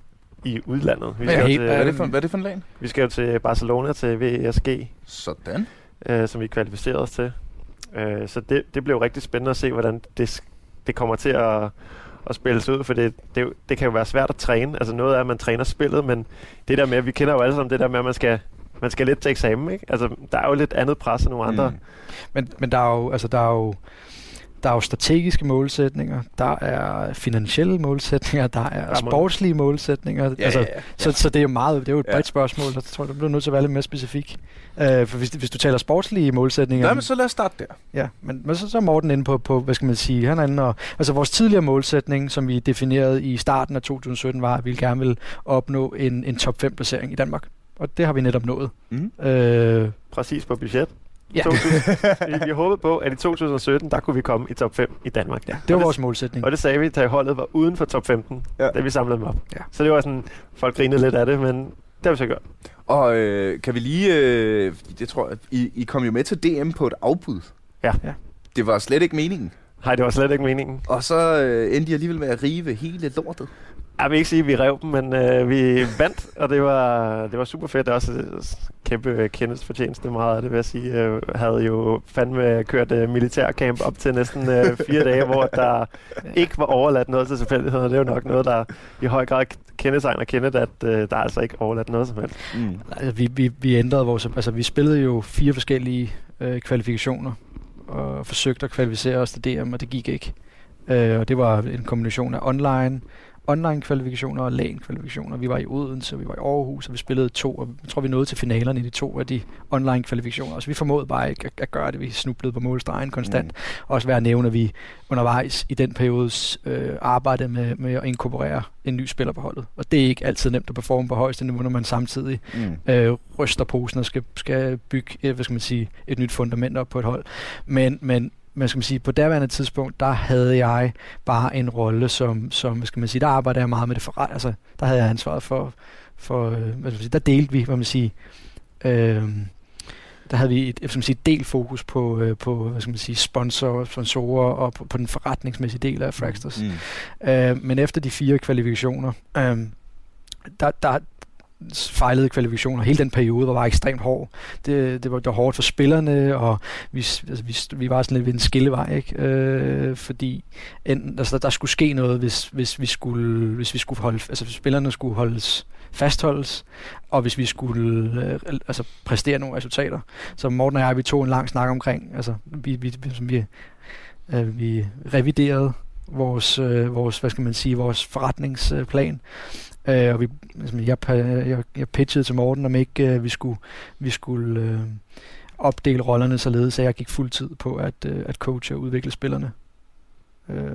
i udlandet. Vi Ja, skal, jo helt- til, Hvad er det for, hvad er det for en lag? vi skal jo til Barcelona til V S G, Sådan. øh, som vi kvalificerede os til. Øh, så det, det blev rigtig spændende at se, hvordan det, det kommer til at, at spilles ud, for det, det, det kan jo være svært at træne. Altså noget er, at man træner spillet, men det der med, vi kender jo alle sammen det der med, at man skal, man skal lidt til eksamen, ikke? Altså, der er jo lidt andet pres end nogle andre. Mm. Men, men der er jo, altså der er jo, der er jo strategiske målsætninger, der er finansielle målsætninger, der er Der er sportslige målsætninger. Ja, altså, ja, ja. Så, så det er jo meget, det er jo et Ja. bredt spørgsmål, og jeg tror, du bliver nødt til at være lidt mere specifik. Uh, for hvis, hvis du taler sportslige målsætninger, Nå, men så lad os starte der. ja, men, men så, så er Morten inde på, på, hvad skal man sige, han er inde og, altså vores tidligere målsætning, som vi definerede i starten af to tusind sytten, var, at vi gerne ville opnå en, en top fem placering i Danmark. Og det har vi netop nået. Mm. Uh, Præcis på budget. Ja. to tusind vi, vi håbede på, at i to tusind sytten, der kunne vi komme i top fem i Danmark. ja, det var Og vores målsætning. Og det sagde vi, da holdet var uden for top femten, Ja. ja. da vi samlede dem op. Ja. Så det var sådan, folk grinede lidt af det, men det har vi så gjort. Og øh, kan vi lige... Øh, jeg tror, at I, I kom jo med til D M på et afbud. Ja. Ja. Det var slet ikke meningen. Nej, det var slet ikke meningen. Og så øh, endte I alligevel med at rive hele lortet. Jeg vil ikke sige, at vi rev dem, men øh, vi vandt, og det var, det var super fedt. Det er også et kæmpe kendelsfortjeneste meget af det, vil jeg sige. Jeg havde jo fandme kørt uh, militærcamp op til næsten uh, fire dage, hvor der ikke var overladt noget til tilfældigheder. Det er jo nok noget, der i høj grad kendetegner kendet, at uh, der er altså ikke overladt noget som helst. Mm. Altså, vi, vi, vi ændrede vores... Altså, vi spillede jo fire forskellige øh, kvalifikationer, og forsøgte at kvalificere os til D M, og det gik ikke. Øh, og det var en kombination af online, online-kvalifikationer og LAN-kvalifikationer. Vi var i Odense, vi var i Aarhus, og vi spillede to, og jeg tror, vi nåede til finalerne i de to af de online-kvalifikationer. Så vi formåede bare ikke at, at gøre det. Vi snublede på målstregen konstant. Mm. Også værd at nævne, at vi undervejs i den periodes øh, arbejdede med, med at inkorporere en ny spiller på holdet. Og det er ikke altid nemt at performe på højeste niveau, når man samtidig Mm. øh, ryster posen og skal, skal bygge et, hvad skal man sige, et nyt fundament op på et hold. Men, men men skal man sige, på derværende tidspunkt, der havde jeg bare en rolle som, som hvad skal man sige, der arbejdede jeg meget med det for, altså, der havde jeg ansvaret for, for øh, hvad skal man sige, der delte vi, hvad man sige, øh, der havde vi et, hvad skal man sige, del fokus på, øh, på, hvad skal man sige, sponsor, sponsorer og på, på den forretningsmæssige del af Fraxters. Mm. Øh, men efter de fire kvalifikationer, øh, der, der, fejlede kvalifikationer. Hele den periode var bare ekstremt hård. Det, det, var, det var hårdt for spillerne, og vi, altså, vi, vi var sådan lidt ved en skillevej, ikke? Øh, fordi enten, altså, der, der skulle ske noget, hvis, hvis vi skulle, hvis vi skulle holde, altså hvis spillerne skulle holdes fastholdes, og hvis vi skulle øh, altså præstere nogle resultater. Så Morten og jeg, vi tog en lang snak omkring, altså vi, vi, vi, øh, vi reviderede vores, øh, vores, hvad skal man sige, vores forretningsplan. Øh, og vi, altså, jeg, jeg, jeg pitchede til Morten, om ikke øh, vi skulle, vi skulle øh, opdele rollerne således, så jeg gik fuld tid på at, øh, at coache og udvikle spillerne. Øh,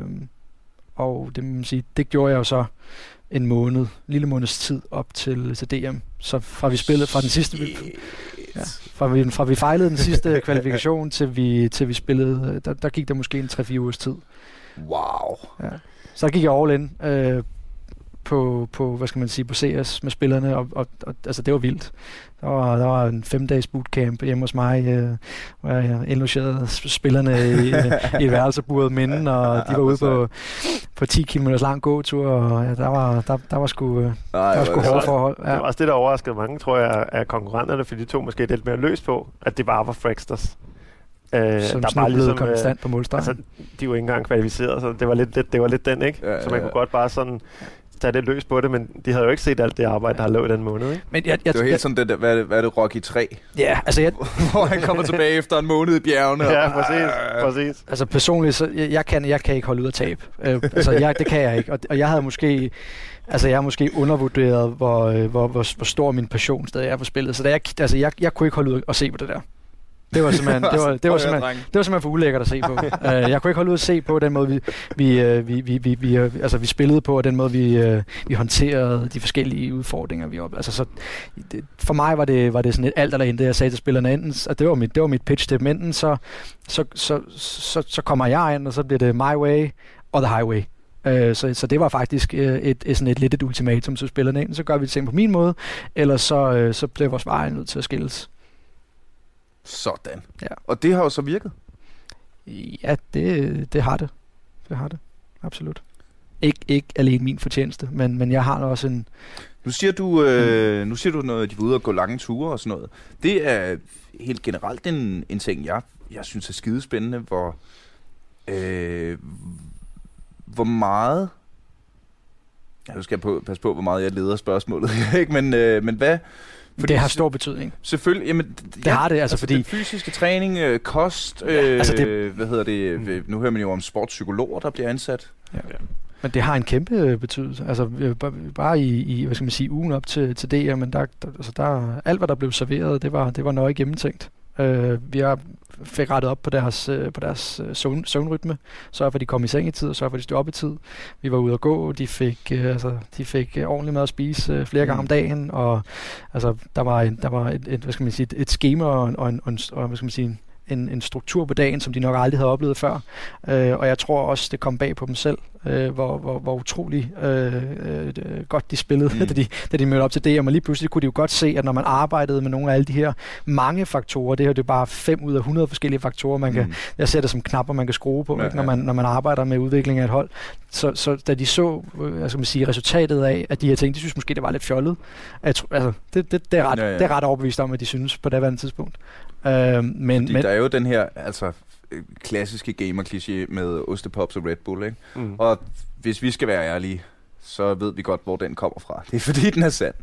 og det må man sige, det gjorde jeg jo så en måned, en lille måneds tid op til, til D M. Så fra vi spillede, fra den sidste, ja, fra vi, fra vi fejlede den sidste kvalifikation til vi, til vi spillede, der, der gik der måske en tre fire ugers tid. Wow. Ja. Så der gik jeg all in øh, på, på, hvad skal man sige, på C S med spillerne, og, og, og altså det var vildt. Der var, der var en fem dages bootcamp hjemme hos mig, øh, hvor jeg indlogerede spillerne i, i værelseburet minden, og de var ude på, på ti kilometer lang gåtur, og ja, der var, der, der var sgu, øh, Nej, der var sgu hårde forhold. Ja. Det var også det, der overraskede mange, tror jeg, af konkurrenterne, fordi de tog måske lidt mere løs på, at det bare var Fraxters. Øh, som der bare ligesom konstant på målstregen. Altså, de var ikke engang kvalificeret, så det var lidt, lidt, det var lidt den, ikke? Ja, så man ja, kunne godt bare sådan tage det løs på det, men de havde jo ikke set alt det arbejde, der har lå i den måned, ikke? Men jeg, jeg, det var helt jeg, sådan det der, hvad er det, hvad er det Rocky tre? Ja, altså jeg... hvor han kommer tilbage efter en måned i bjergene. Ja, præcis, præcis. Altså personligt, så jeg, jeg, kan, jeg kan ikke holde ud at tabe. Øh, altså jeg, det kan jeg ikke, og, og jeg havde måske... Altså jeg har måske undervurderet, hvor, hvor, hvor, hvor stor min passion stadig er for spillet, så der, jeg, altså, jeg, jeg kunne ikke holde ud at se på det der. Det var simpelthen, det var, det var simpelthen, det var simpelthen for ulækkert at se på. uh, jeg kunne ikke holde ud at se på den måde, vi, vi, uh, vi, vi, vi, vi, uh, altså, vi spillede på, og den måde, vi, uh, vi håndterede de forskellige udfordringer, vi op. Altså, så, det, for mig var det, var det sådan et alt eller intet, jeg sagde til spillerne, enten, og det var mit, det var mit pitch til dem, enten så, så, så, så, så kommer jeg ind, og så bliver det my way og the highway. Uh, så, så det var faktisk uh, et, et, sådan et lidt et ultimatum til spillerne, enten så gør vi ting på min måde, eller så, uh, så bliver vores veje nødt til at skilles. Sådan. Ja. Og det har jo så virket? Ja, det, det har det. Det har det. Absolut. Ik, ikke alene min fortjeneste, men, men jeg har også en... Nu siger du, øh, nu siger du noget, at de var ude og gå lange ture og sådan noget. Det er helt generelt en, en ting, jeg, jeg synes er skidespændende, hvor, øh, hvor meget... Ja, nu skal jeg på, passe på, hvor meget jeg leder spørgsmålet. ikke? Men, øh, men hvad... Fordi det har stor betydning. Selvfølgelig, jamen... Det ja, har det, altså, altså fordi... Den fysiske træning, øh, kost, øh, ja, altså det, hvad hedder det... Mm. Nu hører man jo om sportspsykologer, der bliver ansat. Ja. Ja. Men det har en kæmpe betydelse. Altså bare i, i hvad skal man sige, ugen op til, til D R, men der, der, altså der, alt, hvad der blev serveret, det var, det var nøje gennemtænkt. Uh, vi har fik rettet op på deres, uh, på deres uh, søvn, søvnrytme, sørge for, at de kom i seng i tid, og sørge for, at de stod op i tid. Vi var ude at gå, de fik, uh, altså, de fik uh, ordentligt mad at spise uh, flere gange om dagen, og altså, der var, en, der var et, et, hvad skal man sige, et, et schema og, en, og, en, og hvad skal man sige, en, en struktur på dagen, som de nok aldrig havde oplevet før. Øh, og jeg tror også, det kom bag på dem selv, øh, hvor, hvor, hvor utrolig øh, øh, godt de spillede, mm. da, de, da de mødte op til det. Og lige pludselig kunne de jo godt se, at når man arbejdede med nogle af alle de her mange faktorer, det her det er bare fem ud af hundrede forskellige faktorer, man kan, mm. jeg ser det som knapper, man kan skrue på, ja, ikke, når, man, når man arbejder med udvikling af et hold. Så, så da de så øh, altså, man sige, resultatet af, at de her ting, de synes måske, det var lidt fjollet. At, altså, det, det, det, er ret, ja, ja. det er ret overbevist om, at de synes på det tidspunkt. Uh, men, Fordi men, der er jo den her altså, klassiske gamer-kliché med ostepops og Red Bull, ikke? Mm. Og hvis vi skal være ærlige, så ved vi godt, hvor den kommer fra. Det er fordi, den er sand.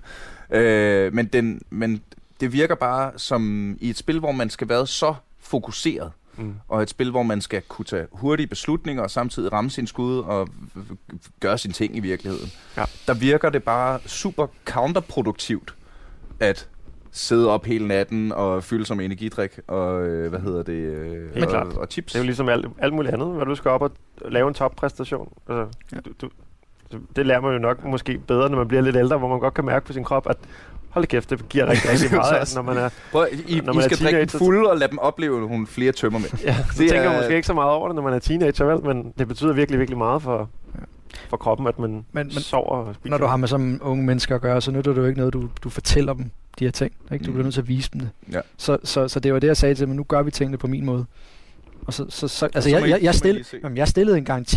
Uh, men, den, men det virker bare som i et spil, hvor man skal være så fokuseret, mm. og et spil, hvor man skal kunne tage hurtige beslutninger og samtidig ramme sin skud og gøre sine ting i virkeligheden. Ja. Der virker det bare super counterproduktivt, at sidde op hele natten og fylde som energidrik og øh, hvad hedder det øh, og, og chips. Det er jo ligesom alt, alt muligt andet, hvor du skal op og lave en toppræstation. Altså, ja. du, du, det lærer man jo nok måske bedre, når man bliver lidt ældre, hvor man godt kan mærke på sin krop, at hold det det giver rigtig, rigtig meget, altså, når man er Prøv, I, når I man skal er teenager, drikke fulde og lade dem opleve nogle flere tømmer med. Ja, så det tænker er, man måske ikke så meget over det, når man er teenager, vel? Men det betyder virkelig, virkelig meget for, ja. for kroppen, at man men, men, sover og spiser. Når du har med sådan unge mennesker at gøre, så nytter det jo ikke noget, du, du fortæller dem de her ting. Ikke? Du bliver nødt til at vise dem det. Ja. Så, så, så det var det, jeg sagde til dem, nu gør vi tingene på min måde. Og så, så, så, altså, så jeg, jeg, jeg, stillede, jamen, jeg stillede en garanti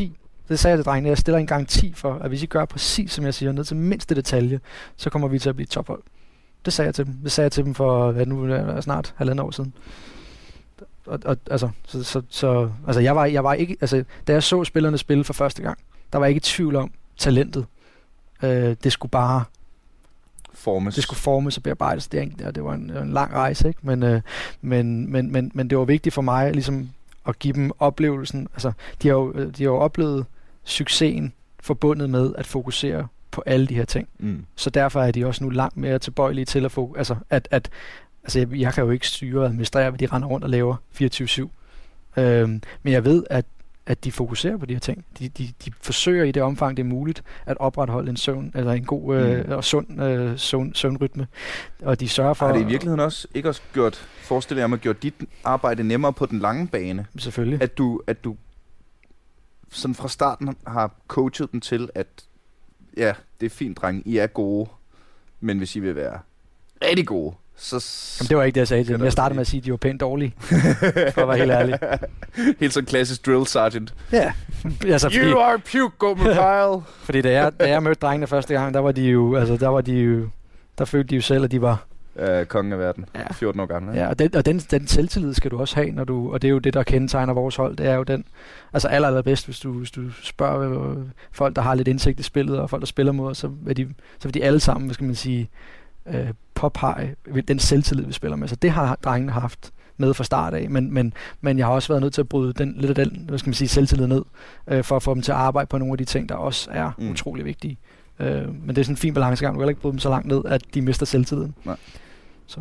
Det sagde jeg til drengene, jeg stiller en garanti for, at hvis I gør præcis som jeg siger, ned til mindste detalje, så kommer vi til at blive tophold. Det sagde jeg til dem. Det sagde jeg til dem for, hvad nu er snart halvandet år siden. Og, og, altså, så, så, så, altså, jeg var, jeg var ikke, altså, da jeg så spillerne spille for første gang, der var jeg ikke i tvivl om talentet. Øh, det skulle bare formes. Det skulle formes og bearbejdes. Det, det, det var en, en lang rejse, ikke? Men, øh, men, men, men, men det var vigtigt for mig ligesom at give dem oplevelsen. Altså, de har jo, de har jo oplevet succesen forbundet med at fokusere på alle de her ting. Mm. Så derfor er de også nu langt mere tilbøjelige til at få, altså at, at altså jeg, jeg kan jo ikke styre og administrere, hvad de render rundt og laver fireogtyve syv. Øhm, men jeg ved, at, at de fokuserer på de her ting. De, de, de forsøger i det omfang, det er muligt, at opretholde en søvn, eller en god øh, mm. og sund øh, søvn, søvnrytme. Og de sørger for... Har det i virkeligheden også ikke også gjort, forestil jer, at gjort dit arbejde nemmere på den lange bane? Selvfølgelig. At du, at du sådan fra starten har coachet dem til, at ja, det er fint, drenge, I er gode, men hvis I vil være rigtig gode, så... Jamen, det var ikke det, jeg sagde til dem. Jeg startede med at sige, at de var pænt dårlige, for at være helt ærlig. Helt sådan klassisk drill sergeant. Ja. Altså, fordi, you are puke, go Mikhail! Fordi da jeg, da jeg mødte drengene første gang, der var de jo, altså der var de jo, der følte de jo selv, at de var... Uh, kongen af verden. Ja. fjorten år gammel. Ja, og, den, og den, den selvtillid skal du også have, når du, og det er jo det, der kendetegner vores hold. Det er jo den, altså aller, allerbedst, hvis du, hvis du spørger øh, folk, der har lidt indsigt i spillet, og folk, der spiller mod os, så vil de, så vil de alle sammen, hvad skal man sige, øh, påpege den selvtillid, vi spiller med. Så det har drengene haft med fra start af, men, men, men jeg har også været nødt til at bryde den, lidt af den, hvad skal man sige, selvtillid ned, øh, for at få dem til at arbejde på nogle af de ting, der også er mm. utrolig vigtige. Øh, men det er sådan en fin balancegang. Du kan heller ikke bryde dem så langt ned, at de mister selvtilliden. Nej. Så.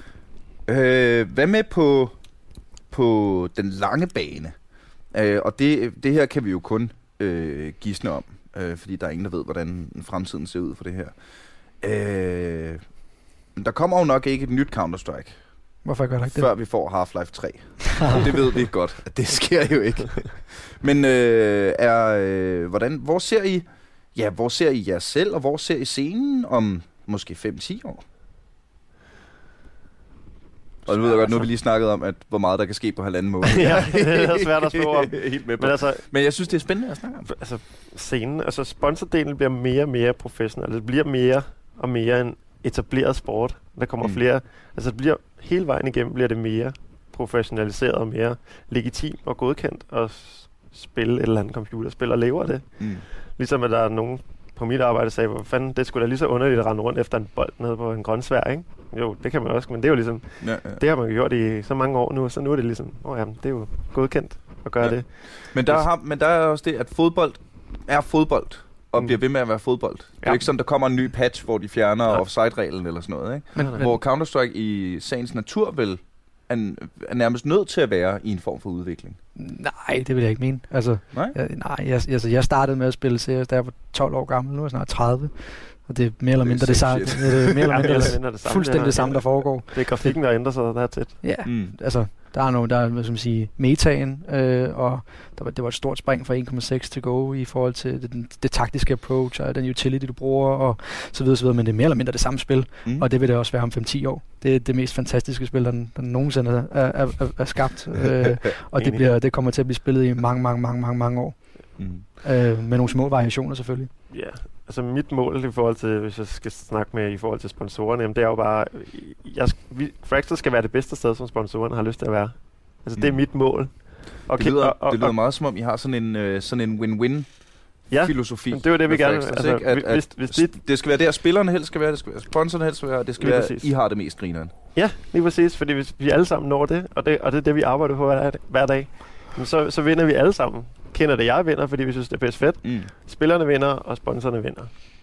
Øh, hvad med på, på den lange bane? Øh, og det, det her kan vi jo kun øh, gisne om, øh, fordi der er ingen, der ved, hvordan fremtiden ser ud for det her. Øh, der kommer jo nok ikke et nyt Counter-Strike. Hvorfor gør der ikke det? Før vi får Half-Life tre. Det ved vi godt, at det sker jo ikke. Men øh, er, øh, hvordan, hvor ser I, ja, hvor ser I jer selv, og hvor ser I scenen om måske fem til ti år? Og nu ved jeg godt, nu har vi lige snakket om, at hvor meget der kan ske på halvanden måned. Ja, det er svært at spå om. Helt med på. Men, altså, Men jeg synes, det er spændende at snakke om. Altså, scenen, altså sponsordelen bliver mere og mere professionel. Det bliver mere og mere en etableret sport. Der kommer mm. flere, altså det bliver hele vejen igennem bliver det mere professionaliseret og mere legitimt og godkendt at spille et eller andet computerspil og lever det. Mm. Ligesom at der er nogen på mit arbejde sagde, hvor fanden, det skulle da lige så underligt at rende rundt efter en bold nede på en grønsvær, ikke? Jo, det kan man også, men det er jo ligesom, ja, ja. det har man gjort i så mange år nu, så nu er det ligesom, åh oh, jamen, det er jo godkendt at gøre ja. det. Men der, har, men der er også det, at fodbold er fodbold, og mm. bliver ved med at være fodbold. Det er ja. ikke sådan, der kommer en ny patch, hvor de fjerner ja. offside-reglen eller sådan noget, ikke? Men, hvor Counter-Strike i sagens natur vel er, er nærmest nødt til at være i en form for udvikling. Nej, det vil jeg ikke mene. Altså, nej? Jeg, nej, jeg, altså, jeg startede med at spille C S, da jeg var tolv år gammel, nu er jeg snart tredive. Og det er mere eller mindre det, det, det, det, er mere eller mindre det, det fuldstændig det samme, der foregår. Det er grafikken, der ændrer sig der tæt. Ja, mm. altså, der er noget, der er, hvad skal man sige, metaen, øh, og der var, det var et stort spring fra en komma seks til go i forhold til det, det taktiske approach, og den utility, du bruger, og så videre, så videre, men det er mere eller mindre det samme spil, mm. og det vil det også være om fem til ti år. Det er det mest fantastiske spil, der, der nogensinde er, er, er, er skabt, øh, og det, bliver, det kommer til at blive spillet i mange, mange, mange, mange, mange år. Mm. Øh, med nogle små variationer selvfølgelig. Ja, yeah. Altså mit mål i forhold til, hvis jeg skal snakke med i forhold til sponsorerne, jamen det er jo bare, jeg, vi, Fractal skal være det bedste sted, som sponsorerne har lyst til at være. Altså mm. det er mit mål. Og det lyder, og, og, det lyder meget som om, I har sådan en, øh, sådan en win-win ja, filosofi. det er jo det, vi gerne vil. Altså, at, at, hvis, hvis det, det skal være der, spillerne helst skal være, det skal være sponsorerne helst skal være, det skal være, præcis. I har det mest grineren. Ja, lige præcis, fordi hvis vi alle sammen når det, og det, og det er det, vi arbejder på hver, hver dag, så, så vinder vi alle sammen. Kender det, jeg vinder, fordi vi synes, det er bedst fedt. Mm. Spillerne vinder, og sponsorerne vinder.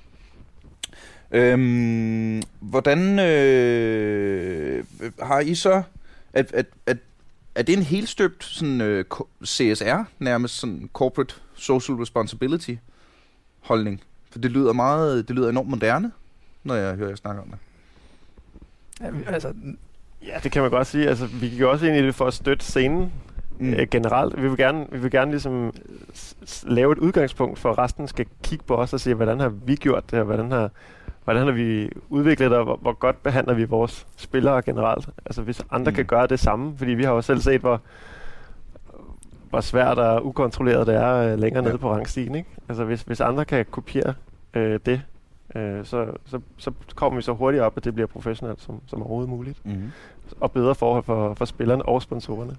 Øhm, hvordan øh, har I så, at, at, at, er det en helt støbt sådan, øh, C S R, nærmest sådan corporate social responsibility holdning? For det lyder meget, det lyder enormt moderne, når jeg hører jer snakke om det. Ja, altså, ja, det kan man godt sige. Altså, vi gik også ind i det for at støtte scenen. Mm. Øh, generelt. Vi vil gerne, vi vil gerne ligesom s- s- lave et udgangspunkt for, at resten skal kigge på os og sige, hvordan har vi gjort det, og hvordan har, hvordan har vi udviklet det, og hvor, hvor godt behandler vi vores spillere generelt. Altså hvis andre mm. kan gøre det samme, fordi vi har jo selv set, hvor, hvor svært og ukontrolleret det er øh, længere ja. nede på rangstigen, ikke? Altså hvis, hvis andre kan kopiere øh, det, øh, så, så, så kommer vi så hurtigt op, at det bliver professionelt som, som overhovedet muligt. Mm-hmm. Og bedre forhold for, for spillerne og sponsorerne.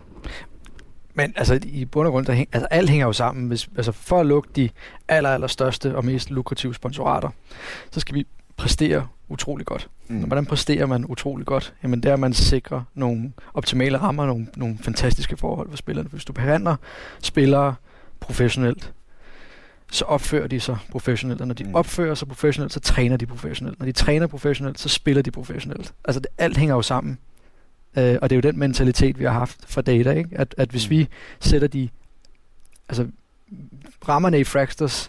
Men altså i bund og grund, der hæng, altså, alt hænger jo sammen. Hvis, altså, for at lukke de aller, aller største og mest lukrative sponsorater, så skal vi præstere utrolig godt. Mm. Hvordan præsterer man utrolig godt? Jamen det er, at man sikrer nogle optimale rammer, nogle, nogle fantastiske forhold for spillerne. Hvis du behandler spillere professionelt, så opfører de sig professionelt. Og når de mm. opfører sig professionelt, så træner de professionelt. Når de træner professionelt, så spiller de professionelt. Altså det, alt hænger jo sammen. Uh, og det er jo den mentalitet, vi har haft fra Data, ikke? At, at hvis mm. vi sætter de... Altså rammerne i Fraxters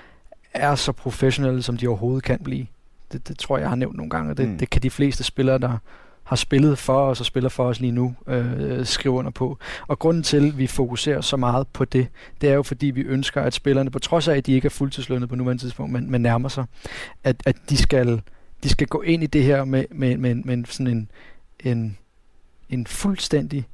er så professionelle, som de overhovedet kan blive. Det, det tror jeg, jeg har nævnt nogle gange, og det, mm. det kan de fleste spillere, der har spillet for os og spiller for os lige nu, øh, skrive under på. Og grunden til, at vi fokuserer så meget på det, det er jo fordi, vi ønsker, at spillerne, på trods af, at de ikke er fuldtidslønnet på nuværende tidspunkt, men, men nærmer sig, at, at de, skal, de skal gå ind i det her med, med, med, med sådan en, en, en fuldstændig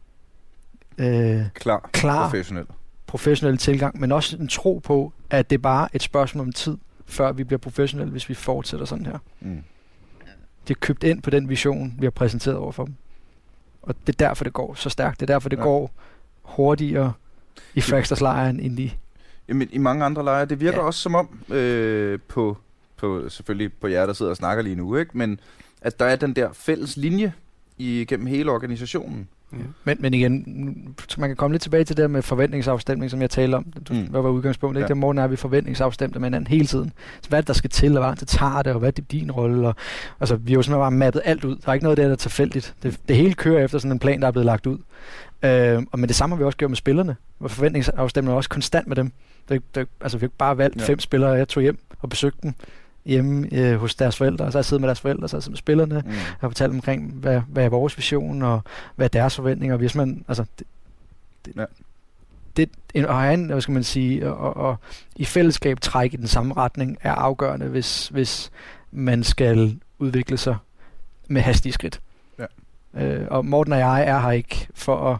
øh, klar, klar professionel. professionel tilgang, men også en tro på, at det er bare et spørgsmål om tid, før vi bliver professionelle, hvis vi fortsætter sådan her. Mm. De er købt ind på den vision, vi har præsenteret over for dem. Og det er derfor, det går så stærkt. Det er derfor, det ja. går hurtigere i Fraxters lejren end i... Jamen, i mange andre lejre. Det virker ja. også som om, øh, på, på, selvfølgelig på jer, der sidder og snakker lige nu, ikke? Men at der er den der fælles linje igennem hele organisationen. Ja. Men, men igen, man kan komme lidt tilbage til det der med forventningsafstemning, som jeg talte om. Du, mm. Hvad var udgangspunktet? Ja. Ikke? Der morgen er vi forventningsafstemte med hinanden hele tiden. Så hvad er det, der skal til, og hvad det tager det, og hvad er det din rolle? Og, altså, vi har jo simpelthen bare mappet alt ud. Der er ikke noget der, der er tilfældigt. Det, det hele kører efter sådan en plan, der er blevet lagt ud. Øh, og men det samme har vi også gjort med spillerne. Hvor forventningsafstemningen er også konstant med dem. Det, det, altså, vi har bare valgt ja. fem spillere, og jeg tog hjem og besøgte dem hjemme øh, hos deres forældre, og så har jeg siddet med deres forældre, og så har jeg siddet med spillerne, mm. og har fortalt omkring, hvad, hvad er vores vision, og hvad er deres forventninger, og vi har simpelthen, altså, det, det, ja. det at have en, hvad skal man sige, og, og i fællesskab trække i den samme retning, er afgørende, hvis, hvis man skal udvikle sig med hastige skridt. Ja. Øh, og Morten og jeg er her ikke for at,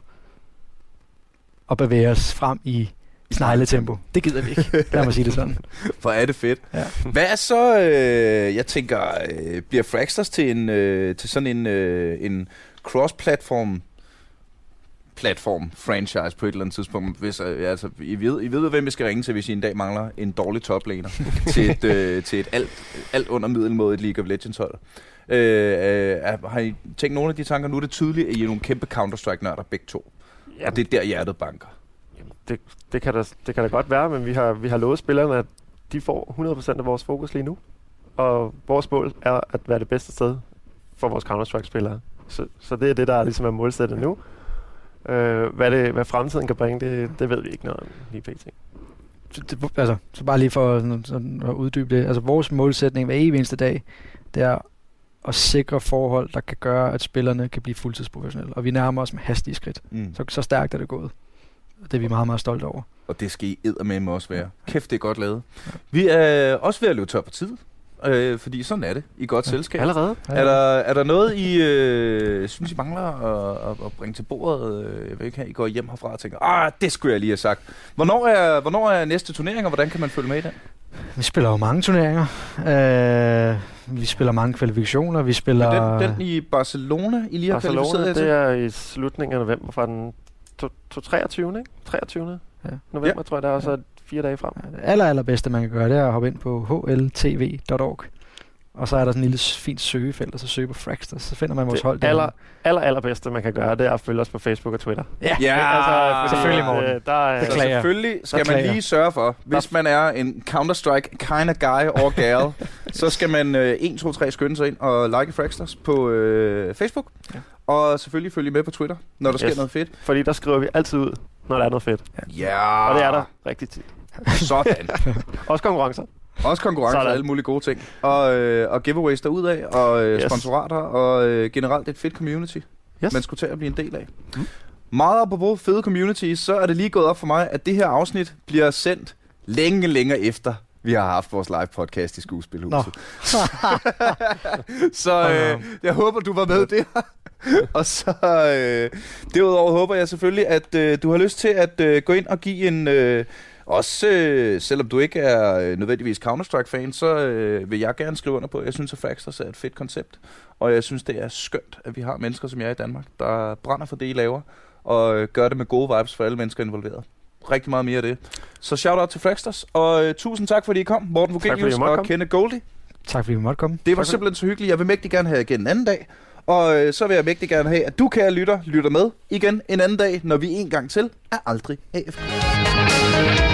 at bevæge os frem i snegletempo. Det gider vi ikke. Lad mig sige det sådan. For er det fedt. Ja. Hvad er så, øh, jeg tænker, øh, bliver Fraxters til, en, øh, til sådan en, øh, en cross-platform platform franchise på et eller andet tidspunkt? Hvis, øh, altså, I ved, I ved, hvem vi skal ringe til, hvis I en dag mangler en dårlig toplaner til et, øh, til et alt, alt under middelmådet League of Legends hold. Øh, øh, har I tænkt nogle af de tanker? Nu er det tydeligt, at I er nogle kæmpe Counter-Strike-nørder begge to. Ja. Og det er der hjertet banker. Det, det, kan da, det kan da godt være, men vi har, vi har lovet spillerne, at de får hundrede procent af vores fokus lige nu. Og vores mål er at være det bedste sted for vores Counter-Strike-spillere. Så, så det er det, der er, ligesom er målsættet nu. Uh, hvad, det, hvad fremtiden kan bringe, det, det ved vi ikke noget om lige pt. Så, det, altså, så bare lige for sådan, sådan at uddybe det. Altså vores målsætning hver evig eneste dag, det er at sikre forhold, der kan gøre, at spillerne kan blive fuldtidsprofessionelle. Og vi nærmer os med hastige skridt. Mm. Så, så stærkt er det gået. Det er vi meget, meget stolte over. Og det skal I eddermame også være. Kæft, det er godt lavet. Ja. Vi er også ved at løbe tør på tid, øh, fordi sådan er det i godt ja. selskab. Allerede? Ja, ja. Er, der, er der noget, I øh, synes, I mangler at, at, at bringe til bordet? Jeg ved ikke, I går hjem herfra og tænker, ah, det skulle jeg lige have sagt. Hvornår er, hvornår er næste turnering, og hvordan kan man følge med i den? Vi spiller jo mange turneringer. Øh, vi spiller mange kvalifikationer. Vi spiller... Den, den i Barcelona, I lige har Barcelona, kvalificeret det er i slutningen af november fra den treogtyvende ikke? treogtyvende Ja. november, ja. tror jeg, der er også ja. fire dage frem. Ja, det aller, allerbedste, man kan gøre, det er at hoppe ind på h l t v punktum org. Og så er der sådan en lille fint søgefelt, og så søge på Fraxters, så finder man vores det hold. Det aller, aller, allerbedste, man kan gøre, det er at følge os på Facebook og Twitter. Ja, ja altså, selvfølgelig, Morten. Øh, der er, så selvfølgelig skal man lige sørge for, hvis man er en Counter-Strike kind of guy or gal, så skal man øh, en, to, tre skynde sig ind og like Fraxters på øh, Facebook. Ja. Og selvfølgelig følge med på Twitter, når der yes. sker noget fedt. Fordi der skriver vi altid ud, når der er noget fedt. Ja. Yeah. Og det er der rigtig tit. Sådan. Også konkurrencer. Også konkurrencer og alle mulige gode ting. Og, øh, og giveaways derudaf, og øh, yes. sponsorater, og øh, generelt et fedt community, yes. man skulle tage at blive en del af. Mm. Meget apropos fede communities, så er det lige gået op for mig, at det her afsnit bliver sendt længe, længere efter, vi har haft vores live podcast i Skuespilhuset. så øh, jeg håber, du var med der. Og så øh, derudover håber jeg selvfølgelig, at øh, du har lyst til at øh, gå ind og give en... Øh, også øh, selvom du ikke er øh, nødvendigvis Counter-Strike-fan, så øh, vil jeg gerne skrive under på, jeg synes, at Fraxters er et fedt koncept. Og jeg synes, det er skønt, at vi har mennesker som jeg i Danmark, der brænder for det, I laver, og øh, gør det med gode vibes for alle mennesker involveret. Rigtig meget mere af det. Så shout-out til Fraxters, og øh, tusind tak, fordi I kom. Morten Vogelius og Kenneth Goldie. Tak fordi vi måtte komme. Det var simpelthen så hyggeligt. Jeg vil mægtig gerne have igen en anden dag. Og øh, så vil jeg mægtig gerne have, at du, kære lytter, lytter med igen en anden dag, når vi en gang til er aldrig A F K.